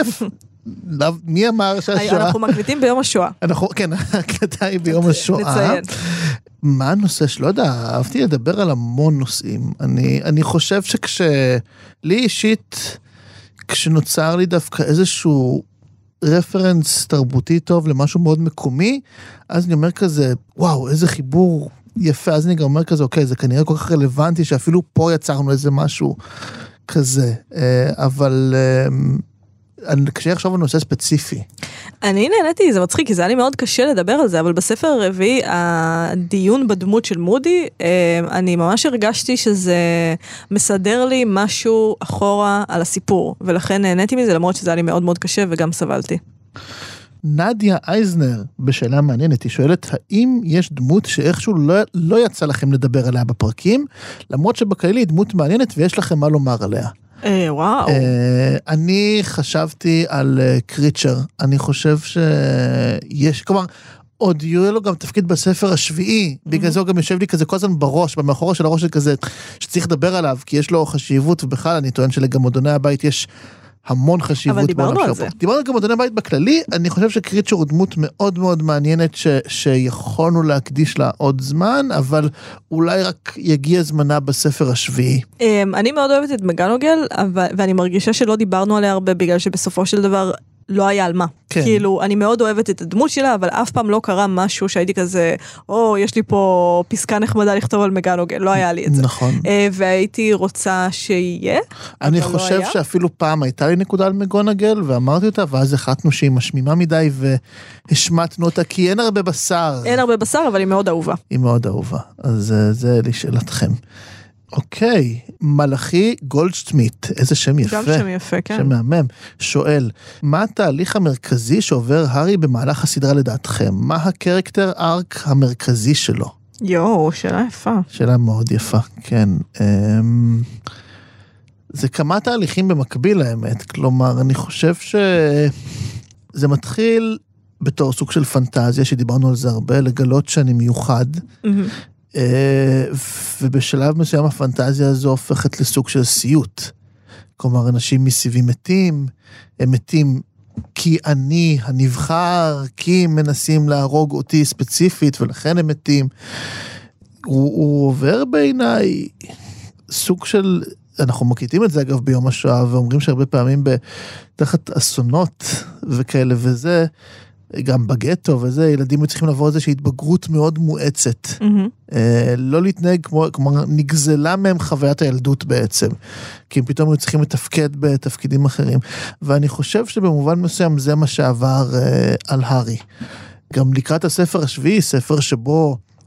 מי אמר שהשואה... אנחנו מקליטים ביום השואה. כן, הקלטה היא ביום השואה. נציין. מה הנושא שלא יודע, אהבתי לדבר על המון נושאים. אני חושב לי אישית, כשנוצר לי דווקא איזשהו רפרנס תרבותי טוב למשהו מאוד מקומי, אז אני אומר כזה, וואו, איזה חיבור יפה, אז אני גם אומר כזה, אוקיי, זה כנראה כל כך רלוונטי, שאפילו פה יצרנו איזה משהו כזה, אבל כשאני עכשיו על נושא ספציפי. אני נהניתי, זה מצחיק, כי זה היה לי מאוד קשה לדבר על זה, אבל בספר הרביעי, הדיון בדמות של מודי, אני ממש הרגשתי שזה מסדר לי משהו אחורה על הסיפור, ולכן נהניתי מזה, למרות שזה היה לי מאוד מאוד קשה, וגם סבלתי. נדיה אייזנר, בשאלה מעניינת, היא שואלת, האם יש דמות שאיכשהו לא יצא לכם לדבר עליה בפרקים, למרות שבכללי היא דמות מעניינת, ויש לכם מה לומר עליה? וואו. אני חשבתי על קריצ'ר, אני חושב שיש, כלומר, עוד יהיה לו גם תפקיד בספר השביעי, בגלל זה הוא גם יושב לי כזה כל הזמן בראש, במאחורה של הראש של כזה, שצריך לדבר עליו, כי יש לו חשיבות, ובכלל אני טוען שלגמדוני הבית יש המון חשיבות. אבל דיברנו על זה. דיברנו על גמדוני הבית בכללי, אני חושב שקריצ'ר הוא דמות מאוד מאוד מעניינת, שיכולנו להקדיש לה עוד זמן, אבל אולי רק יגיע זמנה בספר השביעי. אני מאוד אוהבת את מגנוגל, ואני מרגישה שלא דיברנו עליה הרבה, בגלל שבסופו של דבר לא היה על מה. כן. כאילו, אני מאוד אוהבת את הדמות שלה, אבל אף פעם לא קרה משהו שהייתי כזה, יש לי פה פסקה נחמדה לכתוב על מגנוגל, לא היה לי את זה. נכון. והייתי רוצה שיהיה, אני חושב שאפילו פעם הייתה לי נקודה על מגונגל, ואמרתי אותה, ואז החלטנו שהיא משמימה מדי, והשמטנו אותה, כי אין הרבה בשר. אין הרבה בשר, אבל היא מאוד אהובה. היא מאוד אהובה, אז זה לשאלתכם. אוקיי, מלאכי גולדשמיט, איזה שם יפה. גם שם יפה, כן. שם מהמם. שואל, מה התהליך המרכזי שעובר הארי במהלך הסדרה לדעתכם? מה הקרקטר ארק המרכזי שלו? שאלה יפה. שאלה מאוד יפה, כן. זה כמה תהליכים במקביל האמת, כלומר, אני חושב שזה מתחיל בתור סוג של פנטזיה, שדיברנו על זה הרבה, לגלות שאני מיוחד, ובשלב מסוים הפנטזיה הזו הופכת לסוג של סיוט. כלומר, אנשים מסביבי מתים, הם מתים כי אני הנבחר, כי הם מנסים להרוג אותי ספציפית, ולכן הם מתים. הוא עובר בעיניי סוג של, אנחנו מקליטים את זה אגב ביום השואה, ואומרים שהרבה פעמים תחת אסונות וכאלה וזה, גם בגטו וזה, ילדים צריכים לעבור איזושהי התבגרות מאוד מואצת. לא להתנהג כלומר, נגזלה מהם חוויית הילדות בעצם, כי הם פתאום צריכים לתפקד בתפקידים אחרים, ואני חושב שבמובן מסוים זה מה שעבר על הארי. גם לקראת הספר השביעי, ספר שבו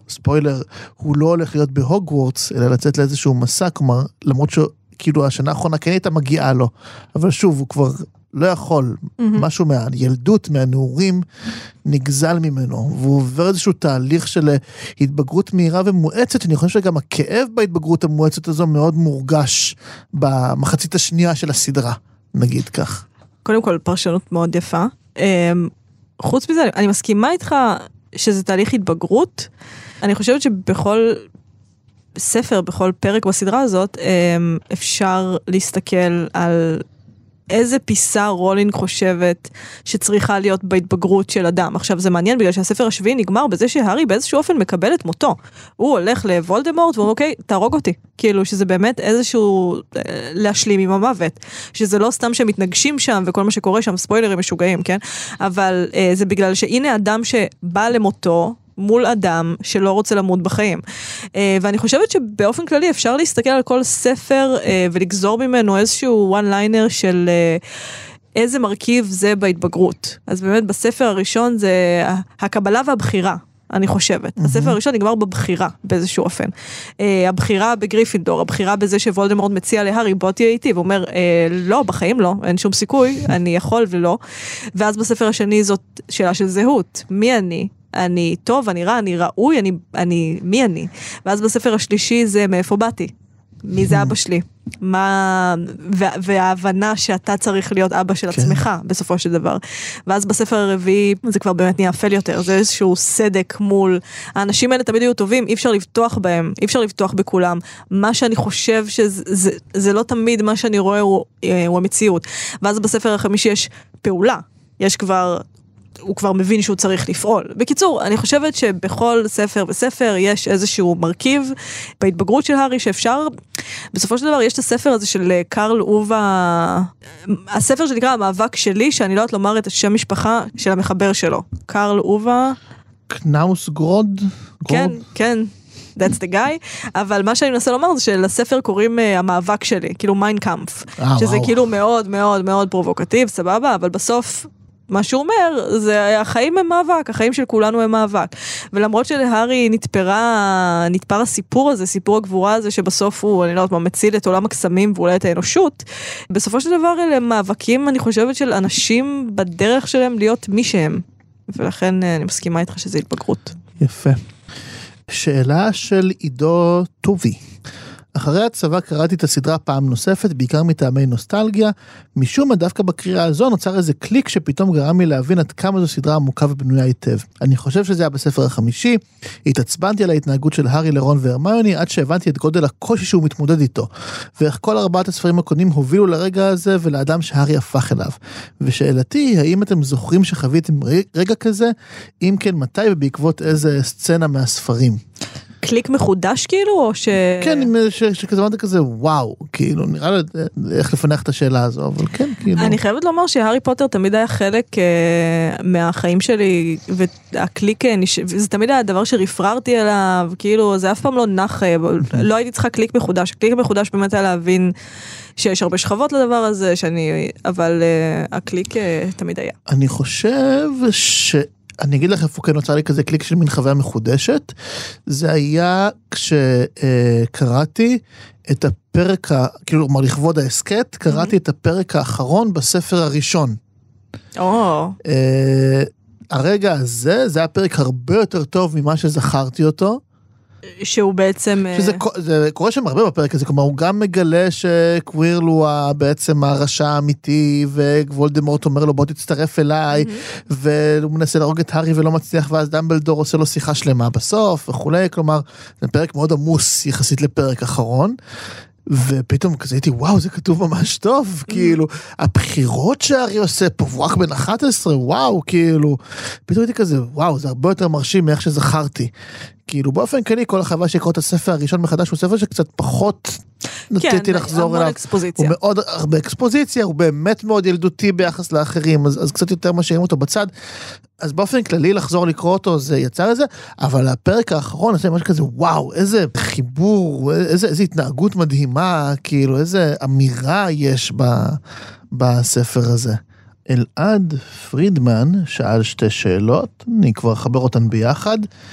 ספוילר, הוא לא הולך להיות בהוגוורטס, אלא לצאת לאיזשהו מסע, כלומר, למרות שכאילו השנה האחרונה כן הייתה מגיעה לו, אבל שוב, הוא כבר לא יכול, משהו מהילדות, מהנעורים, נגזל ממנו, והוא עובר איזשהו תהליך של התבגרות מהירה ומואצת, אני חושב שגם הכאב בהתבגרות המואצת הזו מאוד מורגש במחצית השנייה של הסדרה, נגיד כך. קודם כל, פרשנות מאוד יפה. חוץ מזה, אני מסכימה איתך שזה תהליך התבגרות. אני חושבת שבכל ספר, בכל פרק בסדרה הזאת, אפשר להסתכל על איזה פיסה רולינג חושבת שצריכה להיות בהתבגרות של אדם. עכשיו זה מעניין בגלל שהספר השביעי נגמר בזה שהארי באיזשהו אופן מקבל את מותו. הוא הולך לוולדמורט ואומר אוקיי, תהרוג אותי. כאילו שזה באמת איזשהו להשלים עם המוות. שזה לא סתם שמתנגשים שם וכל מה שקורה שם ספוילרים משוגעים, כן? אבל זה בגלל שהנה אדם שבא למותו מול אדם שלא רוצה למות בחיים. ואני חושבת שבאופן כללי אפשר להסתכל על כל ספר ולגזור ממנו איזשהו one liner של איזה מרכיב זה בהתבגרות. אז באמת בספר הראשון זה הקבלה והבחירה. אני חושבת. הספר הראשון נגמר בבחירה, באיזשהו אופן. הבחירה בגריפינדור, הבחירה בזה שוולדמורט מציע להארי, בוא תהיה איתי, ואומר, לא, בחיים לא, אין שום סיכוי, אני יכול ולא. ואז בספר השני זאת שאלה של זהות. מי אני? אני טוב, אני רע, אני ראוי, מי אני? ואז בספר השלישי זה מאיפה באתי. מי זה אבא שלי? וההבנה שאתה צריך להיות אבא של עצמך, בסופו של דבר. ואז בספר הרביעי, זה כבר באמת נהיה אפל יותר, זה איזשהו סדק מול, האנשים האלה תמיד היו טובים, אי אפשר לבטוח בהם, אי אפשר לבטוח בכולם. מה שאני חושב שזה לא תמיד מה שאני רואה הוא המציאות. ואז בספר החמישי יש פעולה, יש כבר הוא כבר מבין שהוא צריך לפעול. בקיצור, אני חושבת שבכל ספר וספר יש איזשהו מרכיב בהתבגרות של הארי שאפשר, בסופו של דבר יש את הספר הזה של קרל אובה, הספר שנקרא המאבק שלי, שאני לא יודעת לומר את השם משפחה של המחבר שלו. קרל אובה קנאוסגרוד? כן, כן. That's the guy, אבל מה שאני מנסה לומר זה שלספר קוראים המאבק שלי, כאילו מיינקאמפף, שזה כאילו מאוד מאוד מאוד פרובוקטיב, סבבה, אבל בסוף מה שהוא אומר, זה החיים הם מאבק, החיים של כולנו הם מאבק. ולמרות שלהארי נתפר הסיפור הזה, סיפור הגבורה הזה, שבסוף הוא, אני לא יודעת מה, מציל את עולם הקסמים ואולי את האנושות, בסופו של דבר אלה מאבקים, אני חושבת, של אנשים בדרך שלהם להיות מי שהם. ולכן אני מסכימה איתך שזה התבגרות. יפה. שאלה של עידו טובי. אחרי הצבא קראתי את הסדרה פעם נוספת, בעיקר מטעמי נוסטלגיה, משום מה דווקא בקריאה הזו נוצר איזה קליק שפתאום גרם לי להבין עד כמה זו סדרה עמוקה ובנויה היטב. אני חושב שזה היה בספר החמישי, התעצבנתי על ההתנהגות של הארי לרון והרמיוני, עד שהבנתי את גודל הקושי שהוא מתמודד איתו, ואיך כל 4 הספרים הקודמים הובילו לרגע הזה ולאדם שהארי הפך אליו. ושאלתי, האם אתם זוכרים שחוויתם רגע כזה? אם כן, מתי ובעקבות איזה סצנה מהספרים? קליק מחודש כאילו, או ש... כן, שכזה אמרת כזה, וואו, כאילו, נראה לי איך לפנח את השאלה הזו, אבל כן, כאילו... אני חייבת לומר שהארי פוטר תמיד היה חלק מהחיים שלי, והקליק, זה תמיד היה הדבר שרפררתי אליו, כאילו, זה אף פעם לא נח, לא הייתי צריכה קליק מחודש, קליק מחודש באמת היה להבין שיש הרבה שכבות לדבר הזה, אבל הקליק תמיד היה. אני חושב אני אגיד לך איפה כן נוצר לי כזה קליק של מין חוויה מחודשת, זה היה כשקראתי את הפרק, כאילו לכבוד ההסקט, קראתי את הפרק האחרון בספר הראשון. הרגע הזה, זה היה פרק הרבה יותר טוב ממה שזכרתי אותו, שהוא בעצם... זה קורה שם הרבה בפרק הזה, כלומר הוא גם מגלה שקווירל הוא בעצם הרשע האמיתי, ווולדמורט אומר לו בוא תצטרף אליי, והוא מנסה להרוג את הארי ולא מצליח, ואז דמבלדור עושה לו שיחה שלמה בסוף וכולי, כלומר זה פרק מאוד עמוס יחסית לפרק אחרון, ופתאום כזה הייתי, וואו, זה כתוב ממש טוב, כאילו, הבחירות שהארי עושה פה, הוא רק בן 11, וואו, כאילו, פתאום הייתי כזה, וואו, זה הרבה יותר מרשים מאיך שזכרתי. כאילו, באופן כללי, כל החוויה שיקרוא את הספר הראשון מחדש, הוא ספר שקצת פחות נתתי לחזור אליו. הוא מאוד הרבה אקספוזיציה, הוא באמת מאוד ילדותי ביחס לאחרים, אז קצת יותר משאירים אותו בצד. אז באופן כללי לחזור לקרוא אותו, זה יצר את זה, אבל הפרק האחרון, עושה משהו כזה, וואו, איזה חיבור, איזה התנהגות מדהימה, כאילו, איזה אמירה יש בספר הזה. אלעד פרידמן שאל 2 שאלות, אני כבר אחבר אותן ביחד.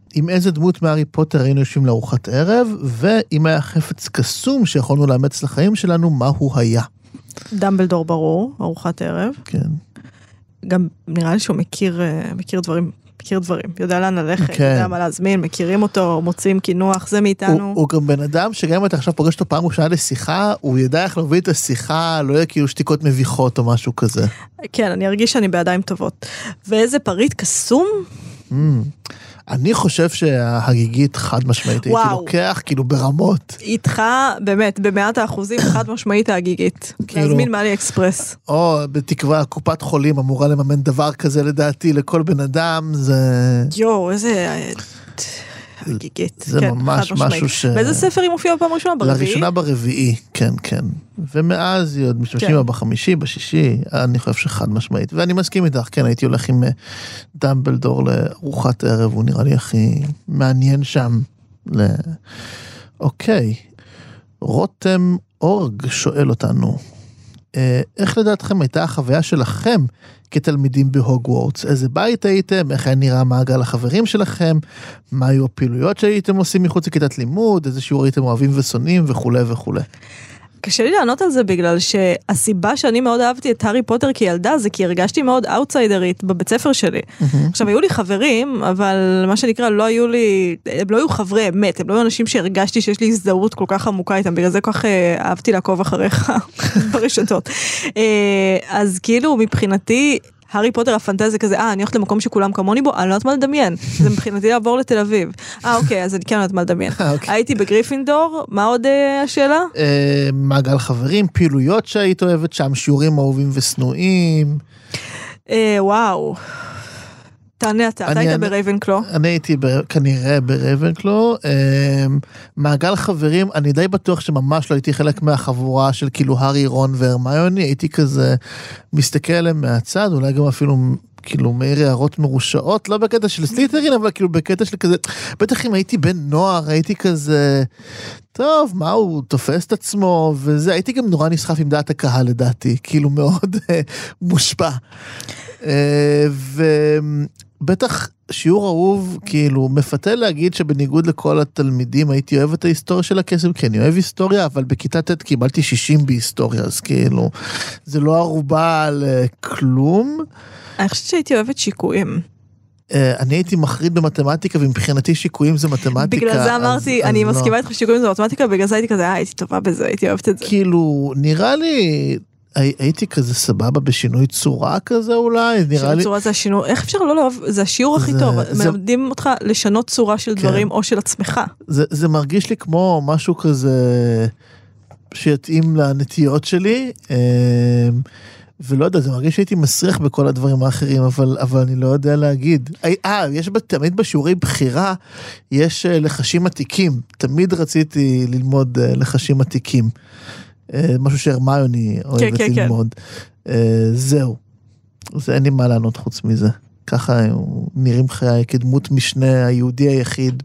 עם איזה דמות מהארי פוטר היינו יושבים לארוחת ערב, ואם היה חפץ קסום שיכולנו לאמץ לחיים שלנו, מה הוא היה? דמבלדור ברור, ארוחת ערב. כן. גם נראה לי שהוא מכיר דברים, יודע לאן ללכת, יודע מה להזמין, מכירים אותו, מוצאים כינוח, זה מאיתנו. הוא גם בן אדם שגם אם אתה עכשיו פוגש אותו פעם ראשונה לשיחה, הוא ידע איך להוביל את השיחה, לא יהיה כאילו שתיקות מביכות או משהו כזה. כן, אני ארגיש שאני בידיים טובות. ואיזה פריט קסום? אני חושב שההגיגית חד משמעית, הייתי לוקח כאילו ברמות. איתך באמת, ב100% חד משמעית ההגיגית. להזמין מאלי אקספרס. או בתקווה, קופת חולים אמורה לממן דבר כזה לדעתי לכל בן אדם, זה... יו, איזה... הגיגית. זה כן, ממש משהו ש... באיזה ספר היא מופיעה בפעם ראשונה? ברביעי? לראשונה ברביעי, כן, כן. ומאז היא עוד משתמשים בה בחמישי, בשישי, אני חושב שחד משמעית. ואני מסכים איתך, כן, הייתי הולך עם דמבלדור לארוחת ערב, הוא נראה לי הכי מעניין שם. אוקיי. רותם אורג שואל אותנו, איך לדעתכם הייתה החוויה שלכם כתלמידים בהוגוורטס? איזה בית הייתם? איך היה נראה מעגל החברים שלכם? מה היו הפעילויות שהייתם עושים מחוץ לכיתת לימוד? איזה שיעור הייתם אוהבים ושונאים וכו' וכו'. קשה לי לענות על זה בגלל שהסיבה שאני מאוד אהבתי את הארי פוטר כילדה זה כי הרגשתי מאוד אאוטסיידרית בבית ספר שלי. עכשיו היו לי חברים, אבל מה שנקרא הם לא היו חברי אמת, הם לא היו אנשים שהרגשתי שיש לי הזדהות כל כך עמוקה איתם, בגלל זה כל כך אהבתי לעקוב אחריך ברשתות. אז כאילו מבחינתי הארי פוטר הפנטזיה כזה, אני הולכת למקום שכולם כמוני בו, אני לא יודעת מה לדמיין. זה מבחינתי לעבור לתל אביב. אוקיי, אז אני כן לא יודעת מה לדמיין. הייתי בגריפינדור, מה עוד השאלה? מעגל חברים, פעילויות שהיית אוהבת שם, שיעורים אהובים וסנועים. וואו. תענה אתה היית ברייבנקלו? אני הייתי כנראה ברייבנקלו. מעגל חברים, אני די בטוח שממש לא הייתי חלק מהחבורה של כאילו הארי, רון והרמיוני, הייתי כזה מסתכל עליהם מהצד, אולי גם אפילו כאילו מאיר הערות מרושעות, לא בקטע של סלית'רין, אבל כאילו בקטע של כזה, בטח אם הייתי בן נוער, הייתי כזה, טוב, מה הוא תופס את עצמו, וזה, הייתי גם נורא נסחף עם דעת הקהל לדעתי, כאילו מאוד מושפע. ובטח שיעור אהוב, כאילו, מפתה להגיד שבניגוד לכל התלמידים הייתי אוהב את ההיסטוריה של הקסם, כי אני אוהב היסטוריה, אבל בכיתה ט' קיבלתי 60 בהיסטוריה, אז כאילו, זה לא ערובה על כלום. אני חושבת שהייתי אוהבת שיקויים. אני הייתי מחריד במתמטיקה, ומבחינתי שיקויים זה מתמטיקה. בגלל זה אמרתי, אני מסכימה איתך שיקויים זה מתמטיקה, בגלל זה הייתי כזה, הייתי טובה בזה, הייתי אוהבת את זה. כאילו, נראה לי... הייתי כזה סבבה בשינוי צורה כזה אולי, נראה לי... צורה זה השינוי, איך אפשר לא לאהוב, זה השיעור הכי טוב, מלמדים אותך לשנות צורה של דברים או של עצמך. זה מרגיש לי כמו משהו כזה שיתאים לנטיות שלי, ולא יודע, זה מרגיש שהייתי מסריח בכל הדברים האחרים, אבל אני לא יודע להגיד. יש תמיד בשיעורי בחירה, יש לחשים עתיקים, תמיד רציתי ללמוד לחשים עתיקים. משהו שהרמיוני אוהבת ללמוד. זהו. אז אין לי מה לענות חוץ מזה. ככה נראים חיי כדמות משנה היהודי היחיד.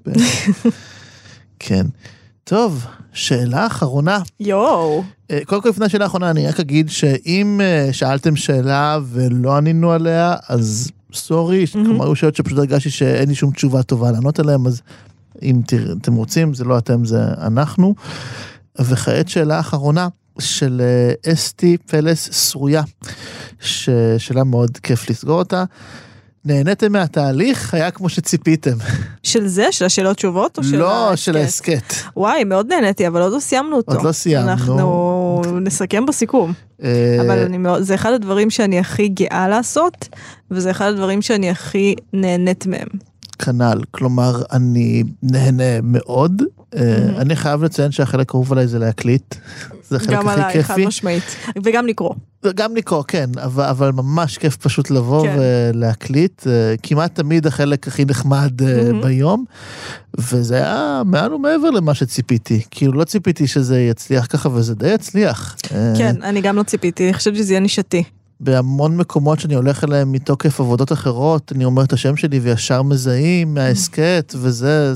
כן. טוב, שאלה אחרונה. יואו. קודם כל לפני שאלה האחרונה, אני רק אגיד שאם שאלתם שאלה ולא ענינו עליה, אז סורי, כלומר, היו שאלות שפשוט הרגשתי שאין לי שום תשובה טובה לענות עליהם, אז אם אתם רוצים, זה לא אתם, זה אנחנו. וכעת שאלה אחרונה של אסתי פלס סרויה, ששאלה מאוד כיף לסגור אותה. נהניתם מהתהליך? היה כמו שציפיתם. של זה? של השאלות תשובות? או של לא, של ההסקט. וואי, מאוד נהניתי, אבל עוד לא סיימנו אותו. עוד לא סיימנו. אנחנו נסכם בסיכום. אבל זה אחד הדברים שאני הכי גאה לעשות, וזה אחד הדברים שאני הכי נהנית מהם. כנ"ל, כלומר, אני נהנה מאוד. אני חייב לציין שהחלק קרוב עליי זה להקליט. זה החלק הכי כיפי. גם עליי, חד משמעית. וגם לקרוא. גם לקרוא, כן, אבל ממש כיף פשוט לבוא ולהקליט. כמעט תמיד החלק הכי נחמד ביום. וזה היה מעל ומעבר למה שציפיתי. כאילו לא ציפיתי שזה יצליח ככה, וזה די יצליח. כן, אני גם לא ציפיתי. אני חושבת שזה יהיה נישתי. בהמון מקומות שאני הולך אליהם מתוקף עבודות אחרות, אני אומר את השם שלי וישר מזהים מהעסקת, וזה,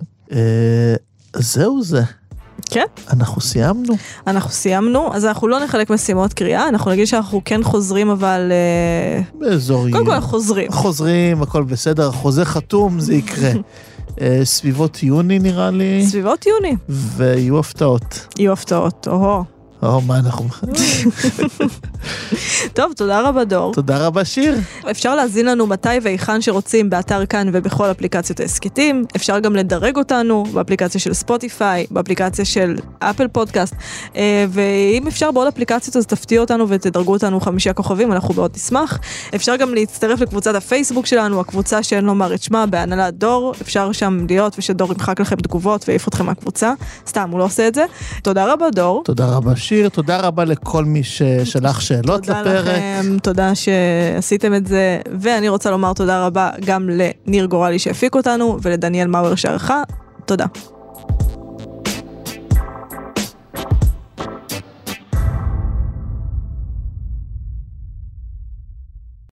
זהו זה. כן. אנחנו סיימנו. אנחנו סיימנו, אז אנחנו לא נחלק משימות קריאה, אנחנו נגיד שאנחנו כן חוזרים, אבל... באזורים. קודם כל חוזרים. חוזרים, הכל בסדר, חוזה חתום, זה יקרה. סביבות יוני נראה לי. סביבות יוני. ויהיו הפתעות. יהיו הפתעות, מה אנחנו... טוב, תודה רבה דור. תודה רבה שיר. אפשר להזין לנו מתי ואיכן שרוצים באתר כאן ובכל אפליקציות העסקתים. אפשר גם לדרג אותנו באפליקציה של ספוטיפיי, באפליקציה של אפל פודקאסט. ואם אפשר בעוד אפליקציות אז תפתיעו אותנו ותדרגו אותנו 5 כוכבים, אנחנו מאוד נשמח. אפשר גם להצטרף לקבוצת הפייסבוק שלנו, הקבוצה שאין לומר את שמה בהנהלת דור. אפשר שם להיות ושדור ימחק לכם תגובות ויעיף אתכם מהקבוצה. סתם, הוא לא עושה את זה. תודה רבה דור. תודה רבה שיר, תודה רבה לכל מי ששלח שאלות לפרק. תודה לכם, תודה שעשיתם את זה, ואני רוצה לומר תודה רבה גם לניר גורלי שהפיק אותנו, ולדניאל מאואר שערכה, תודה.